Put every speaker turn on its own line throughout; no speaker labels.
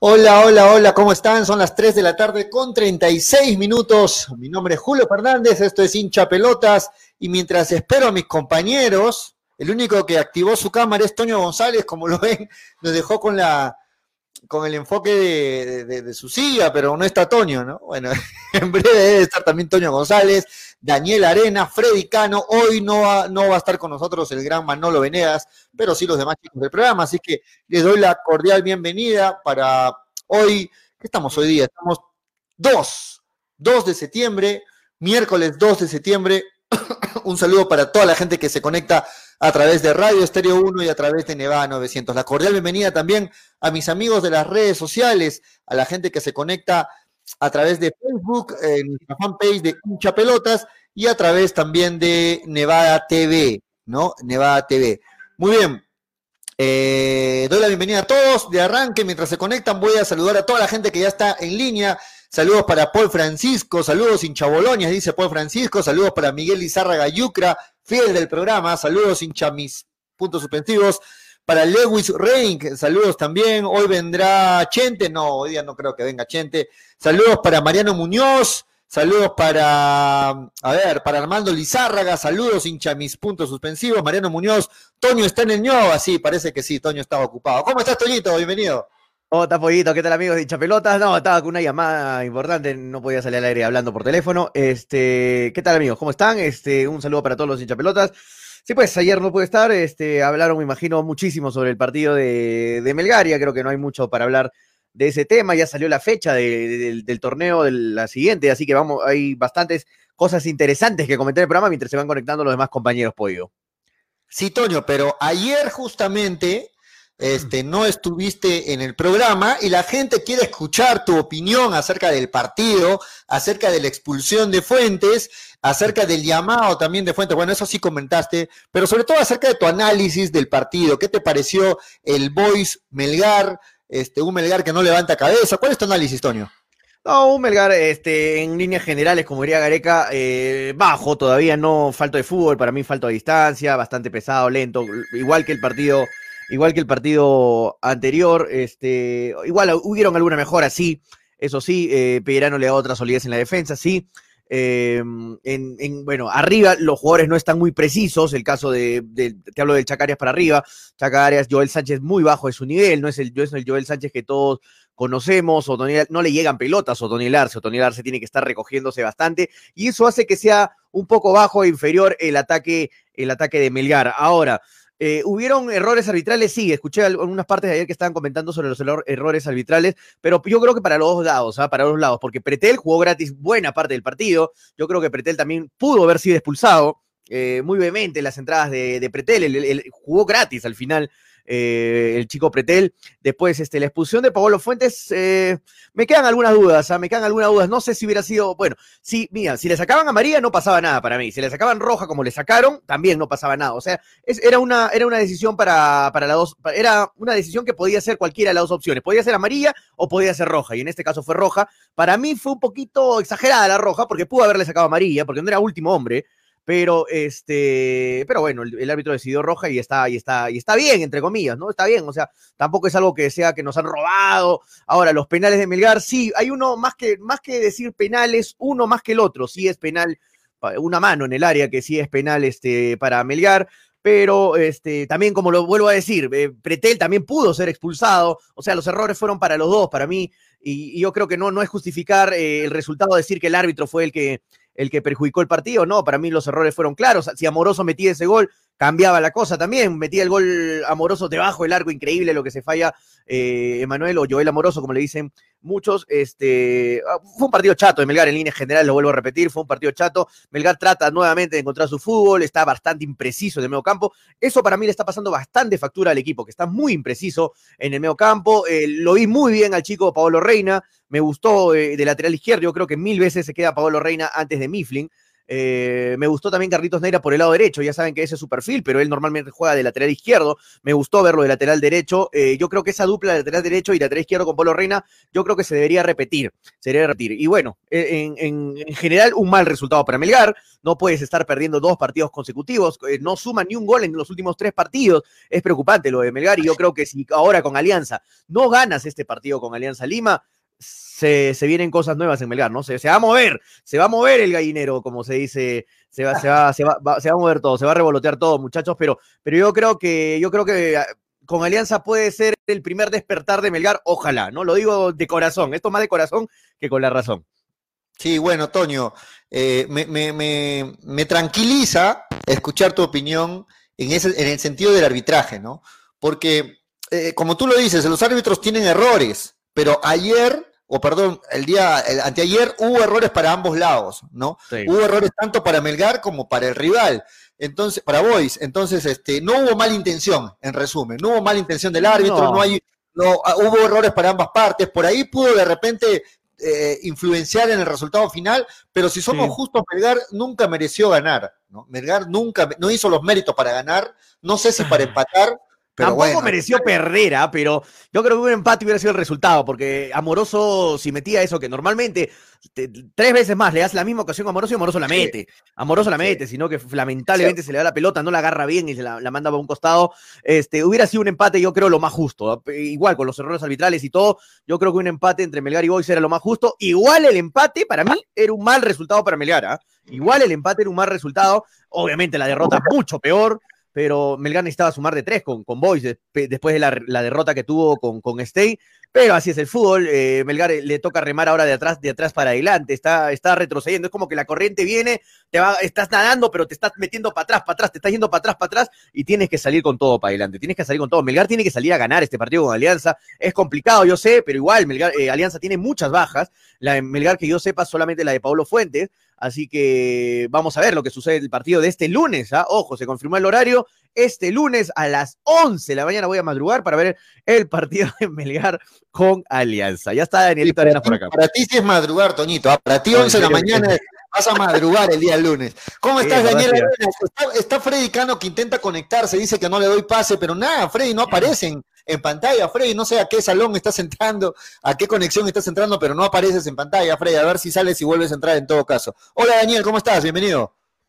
Hola, hola, hola, ¿cómo están? Son las 3 de la tarde con 36 minutos. Mi nombre es Julio Fernández, esto es Hincha Pelotas. Y mientras espero a mis compañeros, el único que activó su cámara es Toño González, como lo ven, nos dejó con el enfoque de su silla, pero no está Toño, ¿no? Bueno, en breve debe estar también Toño González, Daniel Arena, Freddy Cano. Hoy no va a estar con nosotros el gran Manolo Venegas, pero sí los demás chicos del programa, así que les doy la cordial bienvenida para hoy. ¿Qué estamos hoy día? Estamos 2 de septiembre, miércoles 2 de septiembre. Un saludo para toda la gente que se conecta a través de Radio Estéreo 1 y a través de Nevada 900. La cordial bienvenida también a mis amigos de las redes sociales, a la gente que se conecta a través de Facebook, en nuestra fanpage de Hincha Pelotas y a través también de Nevada TV, ¿no? Nevada TV. Muy bien. Doy la bienvenida a todos. De arranque, mientras se conectan, voy a saludar a toda la gente que ya está en línea. Saludos para Paul Francisco, saludos hincha Boloñas, dice Paul Francisco, saludos para Miguel Lizárraga Yucra, fiel del programa, saludos hincha mis puntos suspensivos, para Lewis Reink, saludos también. Hoy vendrá Chente, no, hoy día no creo que venga Chente. Saludos para Mariano Muñoz, saludos para Armando Lizárraga, saludos hincha mis puntos suspensivos. Mariano Muñoz, Toño está en el ñoba, sí, parece que sí, Toño estaba ocupado. ¿Cómo estás, Toñito? Bienvenido.
¿Cómo estás, Pollito? ¿Qué tal, amigos de Hinchapelotas? No, estaba con una llamada importante, no podía salir al aire hablando por teléfono. ¿Qué tal, amigos? ¿Cómo están? Un saludo para todos los Hinchapelotas. Sí, pues ayer no pude estar, hablaron, me imagino, muchísimo sobre el partido de Melgaria. Creo que no hay mucho para hablar de ese tema. Ya salió la fecha del torneo de la siguiente, así que vamos, hay bastantes cosas interesantes que comentar en el programa mientras se van conectando los demás compañeros, Pollo.
Sí, Toño, pero ayer justamente no estuviste en el programa y la gente quiere escuchar tu opinión acerca del partido, acerca de la expulsión de Fuentes, acerca del llamado también de Fuentes. Bueno, eso sí comentaste, pero sobre todo acerca de tu análisis del partido. ¿Qué te pareció el Boys Melgar, un Melgar que no levanta cabeza? ¿Cuál es tu análisis, Toño?
No, un Melgar, en líneas generales, como diría Gareca, bajo todavía, no falto de fútbol, para mí falta de distancia, bastante pesado, lento, igual que el partido anterior, igual hubieron alguna mejora, sí, eso sí, Pellerano le da otra solidez en la defensa, sí. Bueno, arriba los jugadores no están muy precisos, el caso te hablo del Chaca Arias para arriba, Chaca Arias, Joel Sánchez muy bajo de su nivel, no es el Joel Sánchez que todos conocemos, no le llegan pelotas a Otoniel Arce tiene que estar recogiéndose bastante, y eso hace que sea un poco bajo e inferior el ataque de Melgar. Ahora, ¿hubieron errores arbitrales? Sí, escuché algunas partes de ayer que estaban comentando sobre los errores arbitrales, pero yo creo que para los dos lados, para los dos lados, porque Pretel jugó gratis buena parte del partido, yo creo que Pretel también pudo haber sido expulsado, muy vehemente las entradas de Pretel, él jugó gratis al final, el chico Pretel. Después, la expulsión de Paolo Fuentes, me quedan algunas dudas, no sé si hubiera sido, bueno, sí, mira, si le sacaban a María no pasaba nada para mí, si le sacaban roja como le sacaron, también no pasaba nada, o sea, era una decisión para las dos, era una decisión que podía ser cualquiera de las dos opciones, podía ser amarilla o podía ser roja, y en este caso fue roja. Para mí fue un poquito exagerada la roja, porque pudo haberle sacado amarilla, porque no era último hombre, pero bueno, el árbitro decidió roja y está bien, entre comillas, ¿no? Está bien, o sea, tampoco es algo que sea que nos han robado. Ahora, los penales de Melgar, sí, hay uno más que decir penales, uno más que el otro, sí es penal, una mano en el área que sí es penal para Melgar, pero también, como lo vuelvo a decir, Pretel también pudo ser expulsado, o sea, los errores fueron para los dos, para mí, y yo creo que no es justificar el resultado, decir que el árbitro fue el que perjudicó el partido, no, para mí los errores fueron claros. Si Amoroso metía ese gol, cambiaba la cosa también, metía el gol Amoroso debajo del arco, increíble lo que se falla Emanuel o Joel Amoroso, como le dicen muchos. Fue un partido chato de Melgar en líneas generales, lo vuelvo a repetir, fue un partido chato. Melgar trata nuevamente de encontrar su fútbol, está bastante impreciso en el medio campo, eso para mí le está pasando bastante factura al equipo, que está muy impreciso en el medio campo. Lo vi muy bien al chico Paolo Reina, me gustó de lateral izquierdo, yo creo que 1000 veces se queda Paolo Reina antes de Mifflin. Me gustó también Carlitos Neira por el lado derecho, ya saben que ese es su perfil, pero él normalmente juega de lateral izquierdo. Me gustó verlo de lateral derecho. Yo creo que esa dupla de lateral derecho y lateral izquierdo con Polo Reina, yo creo que se debería repetir. Y bueno, en general, un mal resultado para Melgar. No puedes estar perdiendo 2 partidos consecutivos. No suma ni un gol en los últimos 3 partidos. Es preocupante lo de Melgar, y yo creo que si ahora con Alianza no ganas este partido con Alianza Lima, se vienen cosas nuevas en Melgar, ¿no? Se va a mover el gallinero, como se dice, se va a mover todo, se va a revolotear todo, muchachos, pero yo creo que con Alianza puede ser el primer despertar de Melgar, ojalá, ¿no? Lo digo de corazón, esto más de corazón que con la razón.
Sí, bueno, Toño, me tranquiliza escuchar tu opinión en el sentido del arbitraje, ¿no? Porque, como tú lo dices, los árbitros tienen errores, pero anteayer hubo errores para ambos lados, ¿no?
Sí.
Hubo errores tanto para Melgar como para el rival. Entonces, para Boys, entonces, no hubo mala intención, en resumen, no hubo mala intención del árbitro, hubo errores para ambas partes, por ahí pudo de repente influenciar en el resultado final, pero si somos justos, Melgar nunca mereció ganar, ¿no? Melgar nunca, no hizo los méritos para ganar, no sé si para empatar, pero
tampoco
bueno,
mereció perder, pero yo creo que un empate hubiera sido el resultado, porque Amoroso, si metía eso que normalmente 3 veces más le das la misma ocasión a Amoroso y Amoroso la mete. Amoroso la mete, sino que lamentablemente se le da la pelota, no la agarra bien y se la manda para un costado. Hubiera sido un empate, yo creo, lo más justo. Igual con los errores arbitrales y todo, yo creo que un empate entre Melgar y Boys era lo más justo. Igual el empate, para mí, era un mal resultado para Melgar, ¿eh? Igual el empate era un mal resultado. Obviamente la derrota mucho peor, pero Melgar necesitaba sumar de 3 con Boys después de la derrota que tuvo con Stay, pero así es el fútbol. Melgar le toca remar ahora de atrás para adelante, está retrocediendo, es como que la corriente viene, estás nadando, pero te estás metiendo para atrás, te estás yendo para atrás, y tienes que salir con todo para adelante, tienes que salir con todo. Melgar tiene que salir a ganar este partido con Alianza, es complicado, yo sé, pero igual Alianza tiene muchas bajas, la Melgar que yo sepa solamente la de Paulo Fuentes, así que vamos a ver lo que sucede en el partido de este lunes, ¿ah? Ojo, se confirmó el horario, este lunes a las 11 de la mañana voy a madrugar para ver el partido de Melgar con Alianza. Ya está Danielito Arenas por acá.
Para ti sí es madrugar, Toñito, para ti 11 de la mañana vas a madrugar el día lunes. ¿Cómo estás, Daniel Arenas? Está Freddy Cano que intenta conectarse, dice que no le doy pase, pero nada, Freddy no aparece en pantalla. Freddy, no sé a qué salón estás entrando, a qué conexión estás entrando, pero no apareces en pantalla, Freddy. A ver si sales y vuelves a entrar en todo caso. Hola, Daniel, ¿cómo estás? Bienvenido.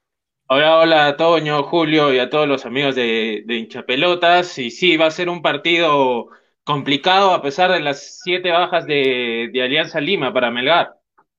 Hola, Toño, Julio y a todos los amigos de Hinchapelotas. Y sí, va a ser un partido complicado a pesar de las 7 bajas de Alianza Lima para Melgar.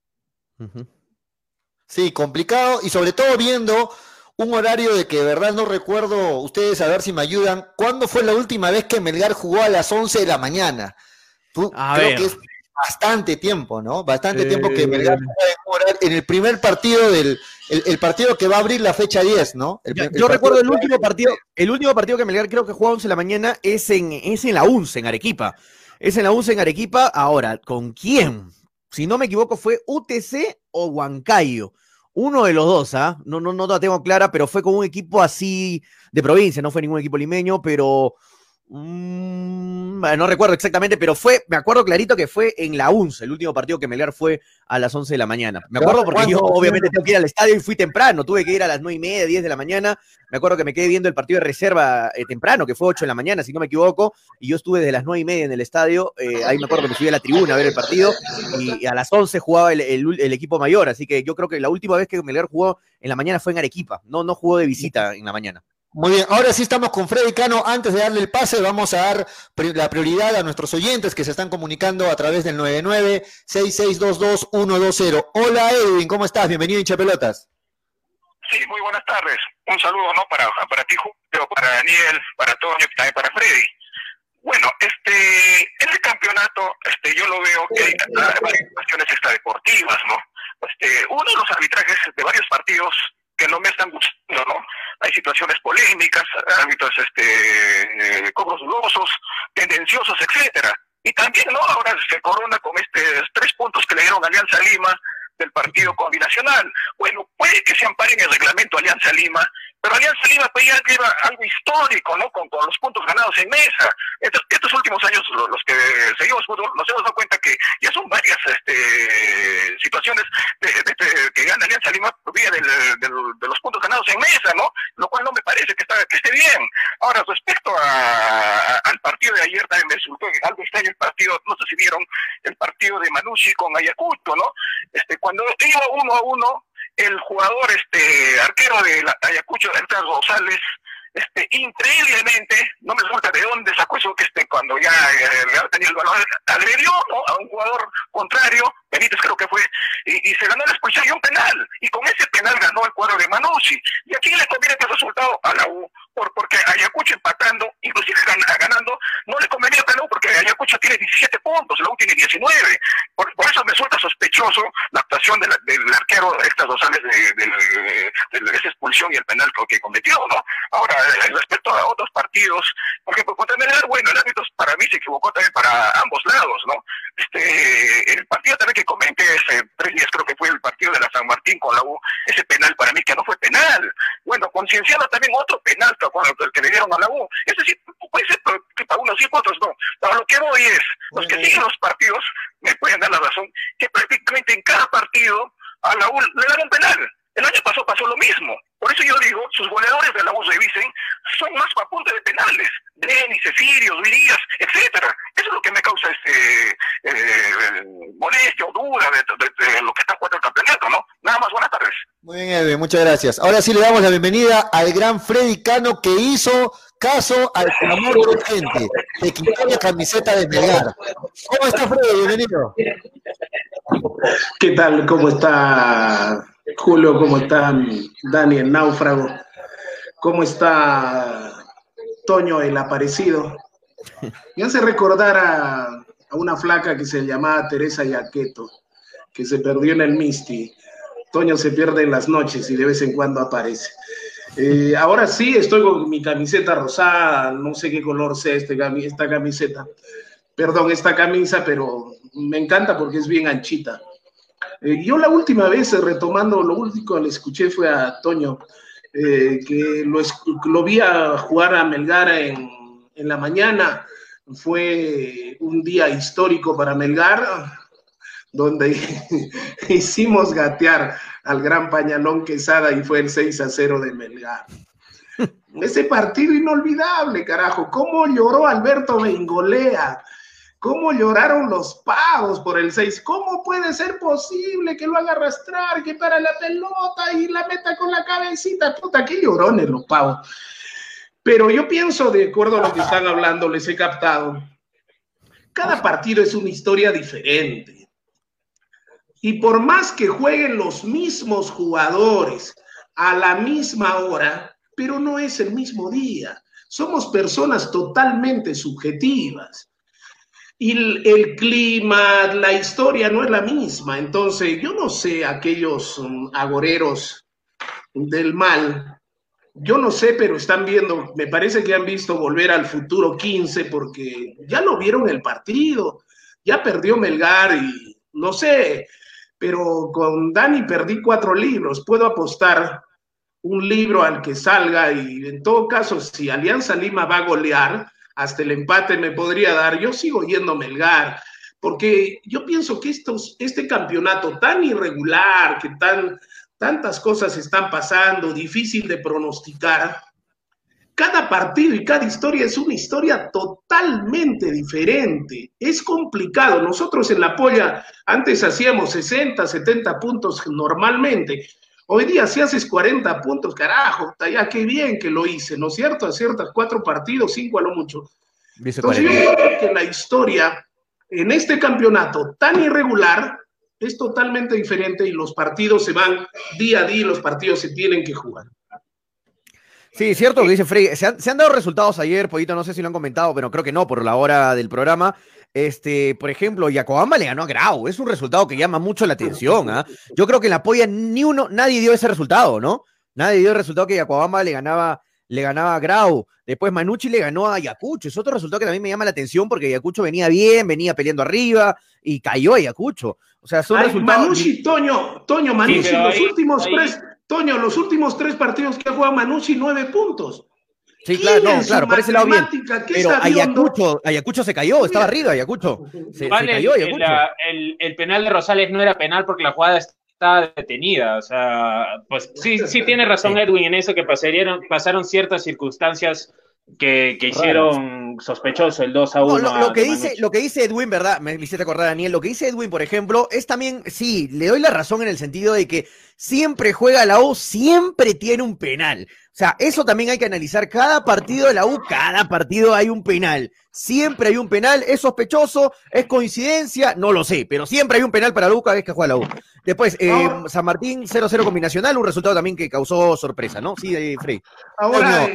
Sí, complicado y sobre todo viendo un horario de que de verdad no recuerdo, ustedes a ver si me ayudan, ¿cuándo fue la última vez que Melgar jugó a las 11 de la mañana? Creo que es bastante tiempo, ¿no? Bastante tiempo que Melgar jugó en el primer partido el partido que va a abrir la fecha 10, ¿no?
Yo recuerdo el último partido que Melgar creo que jugó a 11 de la mañana es en la UNCE, en Arequipa. Es en la UNCE en Arequipa. Ahora, ¿con quién? Si no me equivoco, fue UTC o Huancayo. Uno de los dos, ¿ah? No la tengo clara, pero fue con un equipo así de provincia, no fue ningún equipo limeño, pero no recuerdo exactamente, pero me acuerdo clarito que fue en la UNCE, el último partido que Melgar fue a las 11 de la mañana. Me acuerdo porque yo obviamente tengo que ir al estadio y fui temprano, tuve que ir a las 9:30, 10 de la mañana. Me acuerdo que me quedé viendo el partido de reserva temprano, que fue 8 de la mañana, si no me equivoco, y yo estuve desde las 9:30 en el estadio. Ahí me acuerdo que me subí a la tribuna a ver el partido, y a las 11 jugaba el equipo mayor, así que yo creo que la última vez que Melgar jugó en la mañana fue en Arequipa, no jugó de visita en la mañana.
Muy bien, ahora sí estamos con Freddy Cano. Antes de darle el pase, vamos a dar la prioridad a nuestros oyentes que se están comunicando a través del 99-6622-120. Hola, Edwin, ¿cómo estás? Bienvenido a Hinchapelotas.
Sí, muy buenas tardes. Un saludo, ¿no? Para ti, Julio, para Daniel, para Toño y también para Freddy. Bueno, en el campeonato, yo lo veo que hay varias cuestiones extradeportivas, ¿no? Uno de los arbitrajes de varios partidos que no me están gustando, ¿no? Hay situaciones polémicas, árbitros cobros dudosos, tendenciosos, etcétera. Y también, ¿no? Ahora se corona con 3 puntos que le dieron a Alianza Lima del partido combinacional. Bueno, puede que se ampare en el reglamento Alianza Lima, pero Alianza Lima pues ya lleva algo histórico, ¿no? Con los puntos ganados en mesa. Estos últimos años, los que seguimos fútbol, nos hemos dado cuenta que ya son varias situaciones que gana Alianza Lima vía media de los puntos ganados en mesa, ¿no? Lo cual no me parece que esté bien. Ahora, respecto al partido de ayer, también me resultó algo extraño el partido, no sé si vieron el partido de Manucci con Ayacucho, ¿no? Cuando iba 1-1, el jugador, arquero de Ayacucho, Edgar González, increíblemente, no me resulta de dónde sacó eso, cuando ya tenía el balón, agredió, ¿no?, a un jugador contrario, Benítez creo que fue, y se ganó la expulsión y un penal, y con ese penal ganó el cuadro de Manucci. Y aquí le conviene este resultado a la U, porque Ayacucho empatando, inclusive ganando, no le convenía a la U, porque Ayacucho tiene 17 puntos, la U tiene 19. Por eso me suelta sospechoso la actuación del arquero Héctor González de esa expulsión y el penal que cometió, ¿no? Ahora, respecto a otros partidos, por ejemplo, contra Melgar, bueno, el árbitro para mí se equivocó también para ambos lados, ¿no? El partido también que comenté hace 3 días, creo que fue el partido de la San Martín con la U, ese penal para mí que no fue penal. Bueno, con Cienciano también otro penal el que le dieron a la U. Es decir, puede ser que para unos sí, para otros no. Pero lo que voy es, los que siguen los partidos me pueden dar la razón, que prácticamente en cada partido a la U le dan un penal. El año pasado pasó lo mismo. Por eso yo digo, sus goleadores de la U revisen, son más a punta de penales. Denis, Cefirios, Virías, etcétera. Eso es lo que me causa molestia o duda de lo que está jugando el campeonato, ¿no? Nada más, buenas tardes.
Muy bien, Edwin, muchas gracias. Ahora sí le damos la bienvenida al gran Freddy Cano, que hizo caso al clamor de la gente, que quitó la camiseta de Melgar. ¿Cómo está, Freddy? Bienvenido.
¿Qué tal? ¿Cómo está Julio? ¿Cómo está Dani el náufrago? ¿Cómo está Toño el aparecido? Me hace recordar a una flaca que se llamaba Teresa Yaqueto, que se perdió en el Misti. Toño se pierde en las noches y de vez en cuando aparece. Ahora sí, estoy con mi camiseta rosada, no sé qué color sea esta camiseta. Perdón, esta camisa, pero me encanta porque es bien anchita. Yo la última vez, retomando, lo último que le escuché fue a Toño, que lo vi a jugar a Melgar en la mañana. Fue un día histórico para Melgar, donde hicimos gatear al gran Pañalón Quesada y fue el 6-0 de Melgar. Ese partido inolvidable, carajo. ¿Cómo lloró Alberto Bengolea? ¿Cómo lloraron los pavos por el 6? ¿Cómo puede ser posible que lo haga arrastrar, que para la pelota y la meta con la cabecita? Puta, qué llorones los pavos. Pero yo pienso, de acuerdo a lo que están hablando, les he captado, cada partido es una historia diferente. Y por más que jueguen los mismos jugadores a la misma hora, pero no es el mismo día. Somos personas totalmente subjetivas. Y el clima, la historia no es la misma. Entonces, yo no sé, aquellos agoreros del mal, yo no sé, pero están viendo, me parece que han visto Volver al Futuro 15, porque ya lo vieron el partido, ya perdió Melgar y no sé, pero con Dani perdí 4 libros, puedo apostar un libro al que salga y en todo caso, si Alianza Lima va a golear, hasta el empate me podría dar, yo sigo yendo Melgar, porque yo pienso que este campeonato tan irregular, que tantas cosas están pasando, difícil de pronosticar, cada partido y cada historia es una historia totalmente diferente, es complicado. Nosotros en La Polla antes hacíamos 60, 70 puntos normalmente. Hoy día si haces 40 puntos, carajo, ya qué bien que lo hice, ¿no es cierto? Aciertas 4 partidos, 5 a lo mucho. Entonces yo creo que la historia en este campeonato tan irregular es totalmente diferente y los partidos se van día a día y los partidos se tienen que jugar.
Sí, cierto lo que dice Frey. Se han dado resultados ayer, Pollito, no sé si lo han comentado, pero creo que no, por la hora del programa. Por ejemplo, Yacobamba le ganó a Grau, es un resultado que llama mucho la atención, ¿eh? Yo creo que en La Polla nadie dio ese resultado, ¿no? Nadie dio el resultado que Yacobamba le ganaba a Grau. Después Manucci le ganó a Ayacucho, es otro resultado que también me llama la atención porque Ayacucho venía bien, venía peleando arriba y cayó Ayacucho. O sea, son resultados...
Manucci, Toño, Manucci, sí, los últimos 3 partidos que ha jugado Manucci, 9 puntos.
Sí, claro, por ese lado bien. Pero Ayacucho se cayó, estaba arriba Ayacucho. Se cayó Ayacucho.
El penal de Rosales no era penal porque la jugada está detenida. O sea, pues sí tiene razón Edwin en eso, que pasaron ciertas circunstancias que hicieron sospechoso el 2-1
No,
a de Manucci.
lo que dice Edwin, ¿verdad? Me hiciste acordar, Daniel. Lo que dice Edwin, por ejemplo, es también, sí, le doy la razón en el sentido de que siempre juega la U, siempre tiene un penal. O sea, eso también hay que analizar. Cada partido de la U, cada partido hay un penal. Siempre hay un penal. ¿Es sospechoso? ¿Es coincidencia? No lo sé, pero siempre hay un penal para la U cada vez que juega la U. Después, San Martín 0-0 combinacional, un resultado también que causó sorpresa, ¿no? Sí, Frey.
Ahora,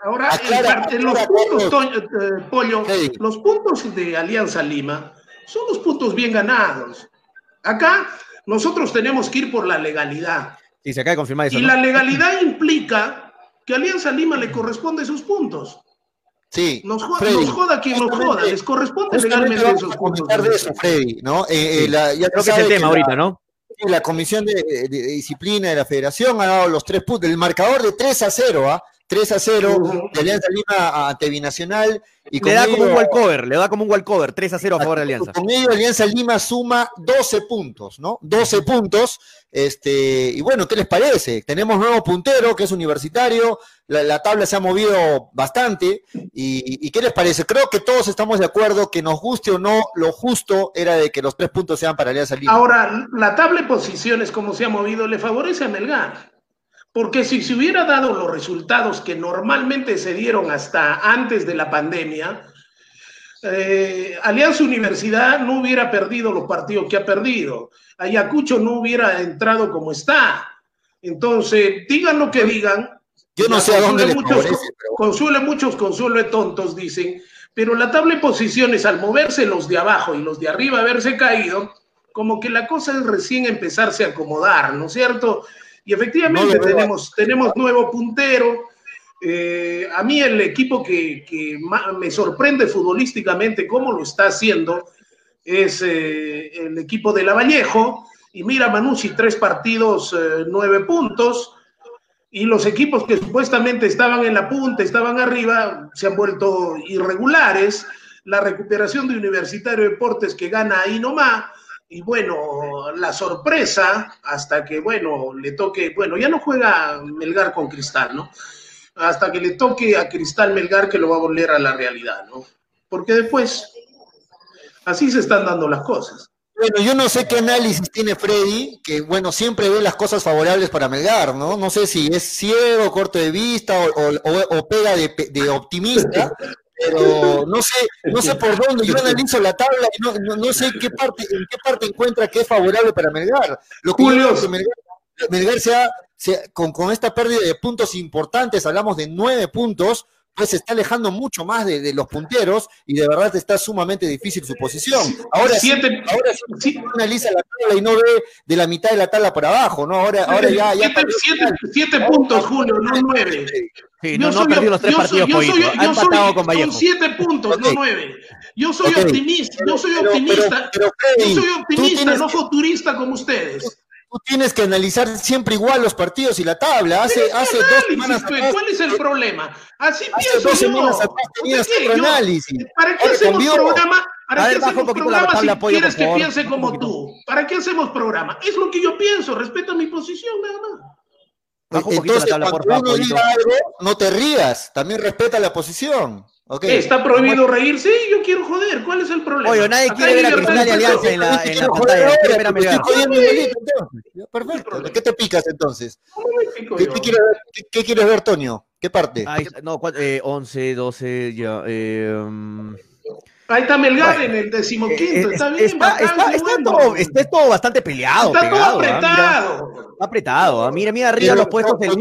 los puntos, Pollo, los puntos de Alianza Lima son los puntos bien ganados. Acá nosotros tenemos que ir por la legalidad.
Sí, se acaba de confirmar eso.
Y ¿no? La legalidad implica que Alianza Lima le corresponde esos puntos.
Sí,
nos joda quien nos joda, les corresponde legalmente esos puntos.
De eso, Freddy, ¿no?
Ya creo que es el tema ahorita, ¿no?
La Comisión de Disciplina de la Federación ha dado los 3 puntos, el marcador de 3-0, ¿ah? 3-0 de Alianza Lima ante Binacional. Y
le da como un walkover, 3-0 a favor de Alianza.
Con ello Alianza Lima suma 12 puntos, ¿no? 12 puntos. Y bueno, ¿qué les parece? Tenemos nuevo puntero, que es Universitario, la tabla se ha movido bastante, y ¿qué les parece? Creo que todos estamos de acuerdo que nos guste o no, lo justo era de que los 3 puntos sean para Alianza Lima.
Ahora, la tabla de posiciones, como se ha movido, le favorece a Melgar. Porque si se hubiera dado los resultados que normalmente se dieron hasta antes de la pandemia, Alianza Universidad no hubiera perdido los partidos que ha perdido. Ayacucho no hubiera entrado como está. Entonces, digan lo que digan.
Yo no sé a dónde le favorece, pero...
Consuelo de tontos, dicen. Pero la tabla de posiciones, al moverse los de abajo y los de arriba haberse caído, como que la cosa es recién empezarse a acomodar, ¿no es cierto? Y efectivamente tenemos nuevo puntero. A mí el equipo que me sorprende futbolísticamente cómo lo está haciendo es el equipo de Lavallejo. Y mira, Manucci, 3 partidos, 9 puntos. Y los equipos que supuestamente estaban en la punta, estaban arriba, se han vuelto irregulares. La recuperación de Universitario de Deportes que gana ahí nomás. Y bueno, la sorpresa, hasta que, bueno, le toque, bueno, ya no juega Melgar con Cristal, ¿no? Hasta que le toque a Cristal Melgar, que lo va a volver a la realidad, ¿no? Porque después, así se están dando las cosas.
Bueno, yo no sé qué análisis tiene Freddy, que, bueno, siempre ve las cosas favorables para Melgar, ¿no? No sé si es ciego, corto de vista o pega de optimista. Pero no sé por dónde, yo analizo la tabla y no sé en qué parte encuentra que es favorable para Melgar. Lo que Julio, es que Melgar con esta pérdida de puntos importantes, hablamos de 9 puntos, pues se está alejando mucho más de los punteros y de verdad está sumamente difícil su posición. Ahora sí analiza la tabla y no ve de la mitad de la tabla para abajo, ¿no? Ahora ya
7 puntos, Julio, no 9.
Sí, no perdió los 3 partidos con
7 puntos, no 9. Yo soy optimista, no futurista como ustedes.
Tú tienes que analizar siempre igual los partidos y la tabla. Hace 2 semanas atrás,
¿cuál es el problema? Así pienso
hace 2 semanas atrás tenías otro análisis.
¿Para qué hacemos programa? ¿Para qué hacemos programa si quieres que piense como tú? ¿Para qué hacemos programa? Es lo que yo pienso, respeta mi posición, nada más.
Entonces, cuando uno diga algo, no te rías, también respeta la posición.
Okay. ¿Está prohibido reírse? Yo quiero joder, ¿cuál es el problema?
Oye, nadie quiere ver a Cristal y Alianza en la pantalla, quiere ver a Melgar.
Perfecto, ¿de qué te picas entonces? ¿Qué quieres ver, Toño? ¿Qué parte?
11, 12, ya.
Ahí está Melgar en el 15º, está bien.
Está todo bastante peleado.
Está todo apretado.
Está apretado. Mira arriba los puestos del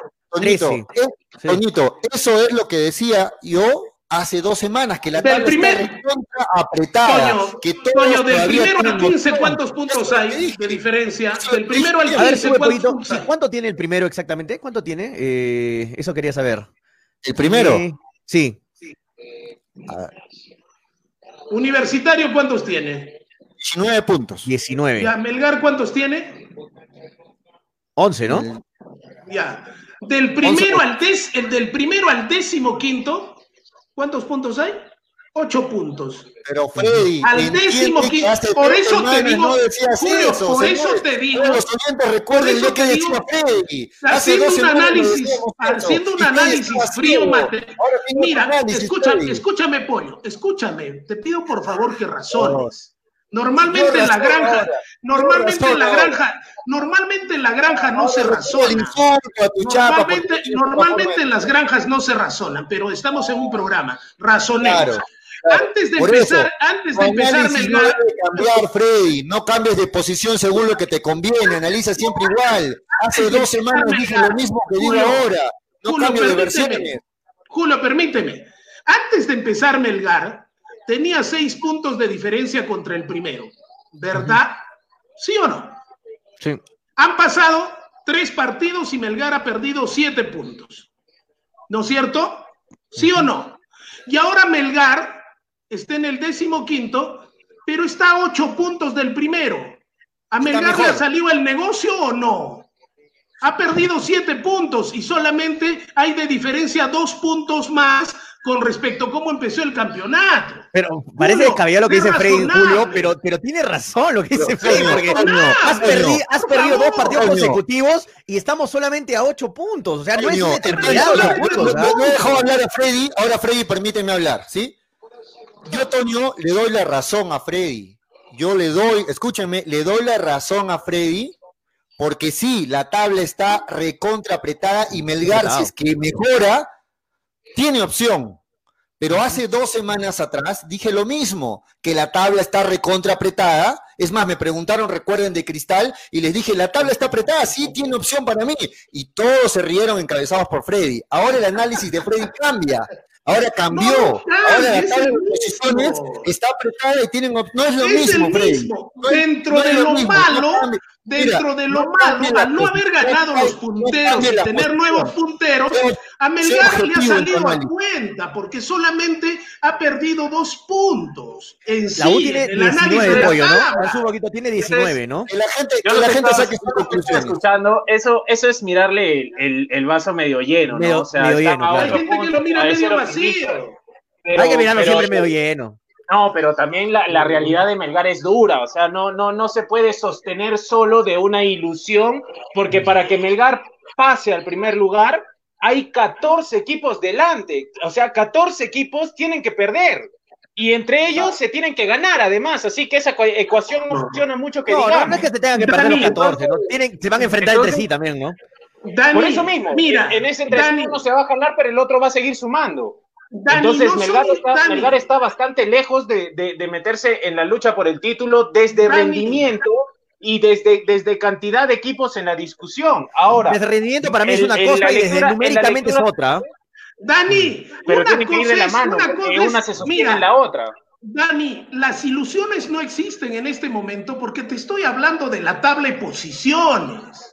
Toñito, eso es lo que decía yo hace 2 semanas, que la tabla está apretada.
Toño, del primero al 15, ¿cuántos puntos hay de diferencia? Del primero al 15,
¿cuánto tiene el primero exactamente? ¿Cuánto tiene? Eso quería saber.
¿El primero?
Sí.
Universitario, ¿cuántos tiene?
19 puntos.
19.
Ya, Melgar, ¿cuántos tiene?
11, ¿no?
Ya. Del primero al 15º, ¿cuántos puntos hay? 8 puntos.
Pero Freddy,
Al 15º, por eso te digo,
no decías
Julio,
eso,
por
señores.
eso te digo.
Los oyentes recuerden lo que decía Freddy.
Haciendo un análisis frío, mira, escúchame, Pollo, escúchame, te pido por favor que razones. Normalmente en la granja no se razona. Normalmente en las granjas no se razonan, pero estamos en un programa. Razonemos.
Claro.
Antes de empezar, Melgar.
No debe cambiar, Freddy. No cambies de posición según lo que te conviene. Analiza siempre igual. Hace 2 semanas dije lo mismo que digo ahora. No cambio de versiones.
Julio, permíteme. Antes de empezar Melgar, tenía 6 puntos de diferencia contra el primero. ¿Verdad? ¿Sí o no?
Sí.
Han pasado 3 partidos y Melgar ha perdido 7 puntos. ¿No es cierto? ¿Sí o no? Y ahora Melgar está en el 15º, pero está a 8 puntos del primero. ¿A Melgar le ha salido el negocio o no? Ha perdido 7 puntos y solamente hay de diferencia 2 puntos más con respecto a cómo empezó el campeonato.
Pero parece descabellado lo que dice Freddy, Julio, pero tiene razón lo que dice Freddy, porque has perdido 2 partidos consecutivos y estamos solamente a 8 puntos. O sea, no es una eternidad.
No he dejado hablar a Freddy, ahora Freddy permíteme hablar, ¿sí? Yo, Toño, le doy la razón a Freddy. Escúchenme, le doy la razón a Freddy, porque sí, la tabla está recontra apretada y Melgar, si es que mejora, tiene opción. Pero hace 2 semanas atrás dije lo mismo, que la tabla está recontra apretada. Es más, me preguntaron, recuerden, de Cristal, y les dije, la tabla está apretada, sí, tiene opción para mí. Y todos se rieron encabezados por Freddy. Ahora el análisis de Freddy cambia. Ahora cambió. Ahora la tabla de posiciones está apretada y tienen no es lo mismo, Freddy.
Dentro de lo malo, al no haber ganado los punteros y tener nuevos punteros, a Melgar le ha salido a cuenta, porque solamente ha perdido 2 puntos. En
la U
sí,
tiene
el análisis
19,
de la
Pollo, ¿no?
tabla.
Hace un poquito, tiene 19, ¿no?
Que la gente saque sus conclusiones.
Escuchando, eso es mirarle el vaso medio lleno, ¿no? O sea,
medio lleno, claro.
Hay gente que lo mira medio vacío.
Hay que mirarlo siempre medio lleno.
No, pero también la realidad de Melgar es dura, o sea, no se puede sostener solo de una ilusión, porque para que Melgar pase al primer lugar, hay 14 equipos delante, o sea, 14 equipos tienen que perder, y entre ellos se tienen que ganar además, así que esa ecuación no funciona mucho que digamos.
No es que se tengan que perder los 14, ¿no? Se van a enfrentar entre sí también, ¿no?
Dani,
por eso mismo, mira, en ese entre sí uno se va a jalar, pero el otro va a seguir sumando. Entonces Melgar está bastante lejos de meterse en la lucha por el título desde rendimiento y desde cantidad de equipos en la discusión. Ahora,
desde rendimiento para mí es una cosa y desde numéricamente es otra.
Dani,
pero tiene que ir de la mano, porque una se sostiene en la otra.
Dani, las ilusiones no existen en este momento porque te estoy hablando de la tabla de posiciones.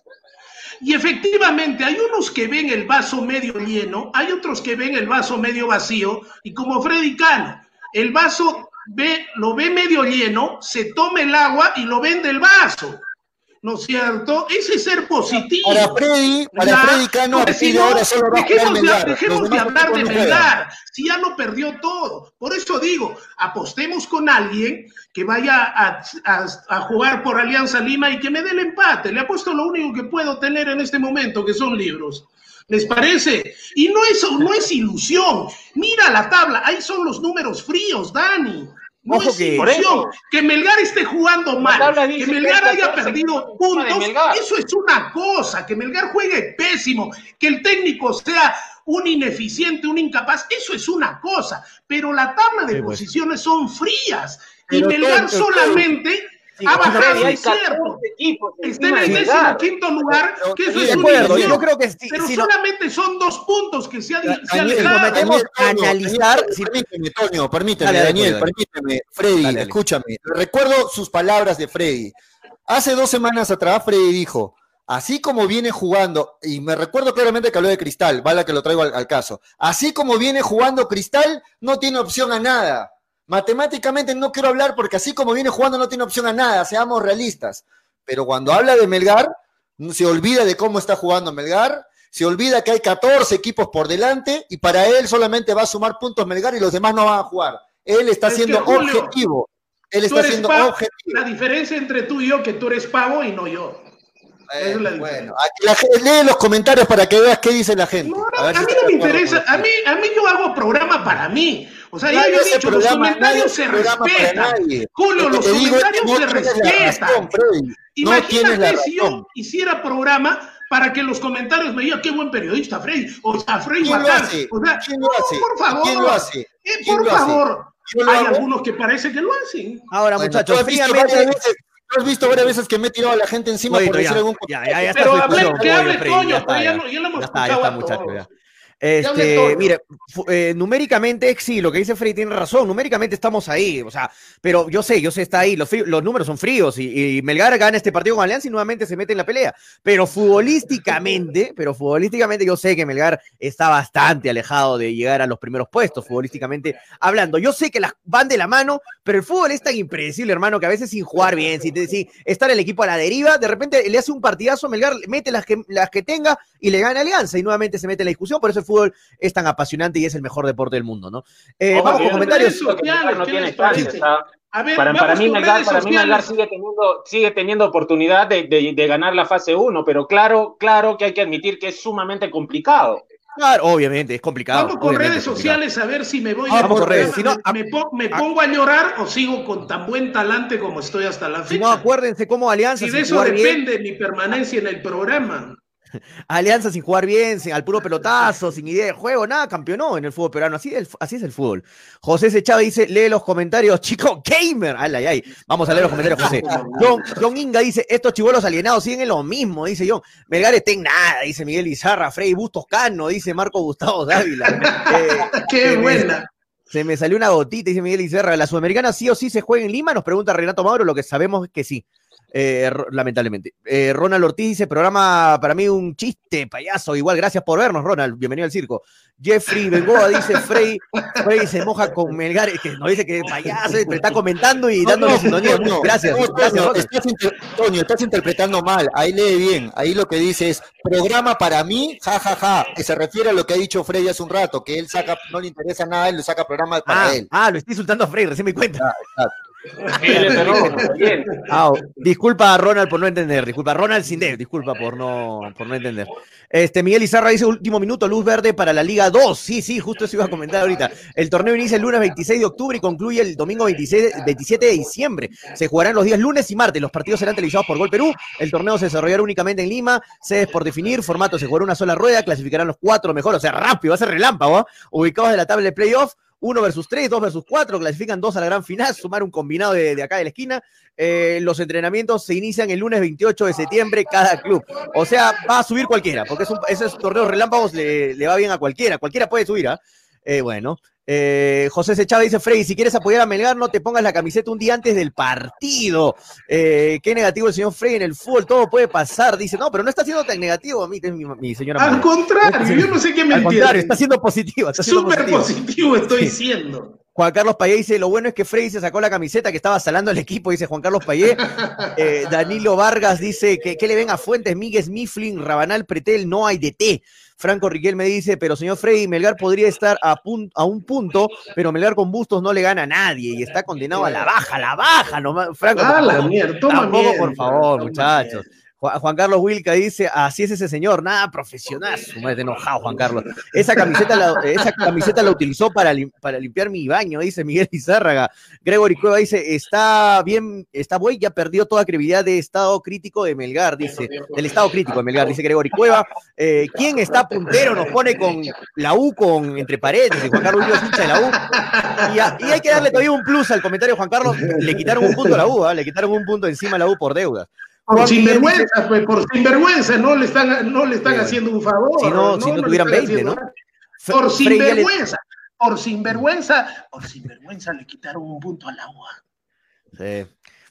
Y efectivamente, hay unos que ven el vaso medio lleno, hay otros que ven el vaso medio vacío, y como Freddy Cano, el vaso lo ve medio lleno, se toma el agua y lo vende el vaso. ¿No es cierto? Ese es ser positivo.
Para Freddy Cano, ahora solo va a jugar Melgar.
Dejemos de hablar de Melgar, si ya lo perdió todo. Por eso digo, apostemos con alguien que vaya a jugar por Alianza Lima y que me dé el empate. Le apuesto lo único que puedo tener en este momento, que son libros. ¿Les parece? Y no es ilusión. Mira la tabla, ahí son los números fríos, Dani. No es ilusión. Que Melgar esté jugando mal, que Melgar haya perdido puntos, eso es una cosa. Que Melgar juegue pésimo, que el técnico sea un ineficiente, un incapaz, eso es una cosa. Pero la tabla de posiciones son frías. Y Melgar solamente ha bajado, es cierto. Está en el 15º lugar, que eso es una ilusión.
Yo creo que sí,
pero solamente son 2 puntos que se alejaron.
Podemos analizar.
Permíteme, Daniel, permíteme. Freddy, dale. Escúchame. Recuerdo sus palabras de Freddy. Hace 2 semanas atrás, Freddy dijo, así como viene jugando, y me recuerdo claramente que habló de Cristal, vale que lo traigo al caso, así como viene jugando Cristal, no tiene opción a nada. Matemáticamente no quiero hablar porque así como viene jugando no tiene opción a nada, seamos realistas. Pero cuando habla de Melgar, se olvida de cómo está jugando Melgar, se olvida que hay 14 equipos por delante y para él solamente va a sumar puntos Melgar y los demás no van a jugar. Él está siendo
Julio,
objetivo. Él está siendo objetivo.
La diferencia entre tú y yo, que tú eres pavo y no yo. Esa es la diferencia.
Lee los comentarios para que veas qué dice la gente.
No, a mí no me interesa. A mí yo hago programa para mí. O sea, ya yo he dicho, los comentarios se respetan. Julio, los comentarios se respetan. Imagínate si yo hiciera programa para que los comentarios me digan qué buen periodista, Freddy. O sea, Freddy Bacán. O sea,
¿quién lo hace?
Por favor.
¿Quién lo hace?
Por favor. Hay algunos que parece que lo hacen.
Ahora, muchachos, fríamente...
¿Tú has visto varias veces que me he tirado a la gente encima por decir algún
ya
pero
está.
Que hable Toño, ya lo hemos escuchado a todos.
Mire, numéricamente sí, lo que dice Freddy tiene razón, numéricamente estamos ahí, o sea, pero yo sé, está ahí, los números son fríos y Melgar gana este partido con Alianza y nuevamente se mete en la pelea, pero futbolísticamente yo sé que Melgar está bastante alejado de llegar a los primeros puestos, futbolísticamente hablando. Yo sé que las van de la mano, pero el fútbol es tan impredecible, hermano, que a veces sin jugar bien, sin estar el equipo a la deriva, de repente le hace un partidazo, Melgar mete las que tenga y le gana Alianza y nuevamente se mete en la discusión, por eso el fútbol es tan apasionante y es el mejor deporte del mundo, ¿no? Vamos con comentarios.
Para mí Melgar sigue teniendo oportunidad de ganar la fase 1, pero claro que hay que admitir que es sumamente complicado.
Claro, obviamente, es complicado.
Vamos con redes sociales a ver si me voy me pongo a llorar o sigo con tan buen talante como estoy hasta la fecha.
Si no, acuérdense cómo Alianza...
Si de eso depende mi permanencia en el programa.
Alianza sin jugar bien, al puro pelotazo, sin idea de juego, nada, campeonó en el fútbol peruano, así es el fútbol. José Sechava dice, lee los comentarios, chico gamer, ay, vamos a leer los comentarios, José. John Inga dice, estos chibolos alienados siguen en lo mismo, dice John. Melgar está en nada, dice Miguel Izarra, Freddy Bustos Cano, dice Marco Gustavo Dávila.
¡Qué buena!
Se me salió una gotita, dice Miguel Izarra, ¿la Sudamericana sí o sí se juega en Lima? Nos pregunta Renato Mauro, lo que sabemos es que sí. Lamentablemente. Ronald Ortiz dice, programa para mí un chiste, payaso, igual, gracias por vernos, Ronald, bienvenido al circo. Jeffrey Bengoa dice, Frey se moja con Melgar, que nos dice que es payaso, pero está comentando y dándole sintonía. Gracias.
Toño, estás interpretando mal, ahí lee bien, ahí lo que dice es, programa para mí, jajaja, que se refiere a lo que ha dicho Freddy hace un rato, que él no le interesa nada, él lo saca programa para él.
Lo estoy insultando a Freddy, recién me cuenta.
Bien.
Disculpa a Ronald por no entender, disculpa Ronald Sindel, disculpa por no entender. Miguel Izarra dice, último minuto, luz verde para la Liga 2. Sí, justo eso iba a comentar ahorita. El torneo inicia el lunes 26 de octubre y concluye el domingo 27 de diciembre. Se jugarán los días lunes y martes. Los partidos serán televisados por Gol Perú. El torneo se desarrollará únicamente en Lima. Sedes por definir. Formato se jugará una sola rueda. Clasificarán los 4 mejores. O sea, rápido, va a ser relámpago, ¿eh? Ubicados en la tabla de playoff. 1 versus 3, 2 versus 4, clasifican 2 a la gran final, sumar un combinado de acá de la esquina. Los entrenamientos se inician el lunes 28 de septiembre cada club. O sea, va a subir cualquiera, porque esos torneos relámpagos le va bien a cualquiera puede subir, ¿ah? Bueno, José Sechava dice, Freddy, si quieres apoyar a Melgar, no te pongas la camiseta un día antes del partido. Qué negativo el señor Freddy en el fútbol, todo puede pasar. Dice, no, pero no está siendo tan negativo a mí, que es mi señora.
Al contrario, yo no sé qué me entiende. Al contrario,
está siendo positivo.
Súper positivo estoy siendo.
Juan Carlos Payé dice, lo bueno es que Freddy se sacó la camiseta que estaba salando el equipo, dice Juan Carlos Payé. Danilo Vargas dice, que le ven a Fuentes, Míguez, Mifflin, Rabanal, Pretel, no hay DT. Franco Riquelme dice, pero señor Freddy, Melgar podría estar a un punto, pero Melgar con Bustos no le gana a nadie y está condenado a la baja, nomás. Franco, tampoco, por favor, muchachos. Juan Carlos Wilca dice, así es ese señor, nada profesional. Madre, enojado, Juan Carlos. Esa camiseta la utilizó para limpiar mi baño, dice Miguel Izárraga. Gregory Cueva dice, está buey, ya perdió toda credibilidad de estado crítico de Melgar, dice, del estado crítico de Melgar, dice Gregory Cueva. ¿Quién está puntero? Nos pone con la U entre paredes, dice Juan Carlos Wilca, hincha de la U. Y hay que darle todavía un plus al comentario de Juan Carlos, le quitaron un punto a la U, le quitaron un punto encima a la U por deuda.
Por sinvergüenza, pues, por sinvergüenza, no le están haciendo un favor.
Si no tuvieran 20, ¿no?
Por sinvergüenza le quitaron un punto a la UA.
Sí.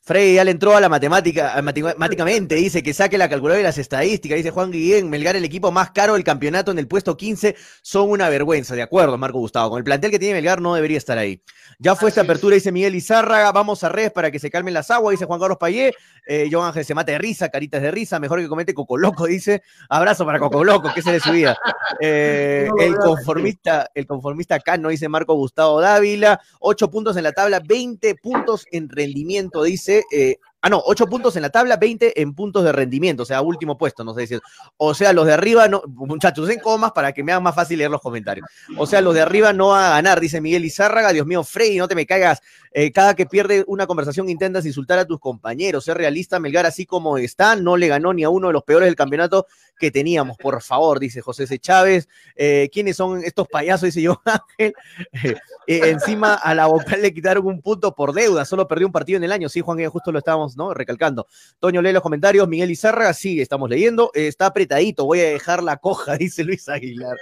Freddy ya le entró a la matemática, matemáticamente, dice que saque la calculadora de las estadísticas, dice Juan Guillén, Melgar el equipo más caro del campeonato en el puesto 15, son una vergüenza, de acuerdo, Marco Gustavo, con el plantel que tiene Melgar no debería estar ahí. Ya fue esta apertura, dice Miguel Izárraga, vamos a redes para que se calmen las aguas, dice Juan Carlos Payé, Joan Ángel se mata de risa, caritas de risa, mejor que comente Coco Loco, dice, abrazo para Coco Loco, que se de su vida. El conformista Cano, dice Marco Gustavo Dávila, 8 puntos en la tabla, 20 puntos en rendimiento, dice 8 puntos en la tabla, 20 en puntos de rendimiento, o sea, último puesto, no sé si. O sea, los de arriba, no, muchachos, en comas para que me hagan más fácil leer los comentarios. O sea, los de arriba no van a ganar, dice Miguel Izárraga. Dios mío, Freddy, no te me caigas. Cada que pierde una conversación intentas insultar a tus compañeros. Ser realista, Melgar, así como está, no le ganó ni a uno de los peores del campeonato que teníamos, por favor, dice José C. Chávez. ¿Quiénes son estos payasos? Dice Joan Ángel. Encima a la vocal le quitaron un punto por deuda, solo perdió un partido en el año. Sí, Juan, justo lo estábamos, ¿no?, recalcando. Toño lee los comentarios. Miguel Izárraga, sí, estamos leyendo. Está apretadito, voy a dejar la coja, dice Luis Aguilar.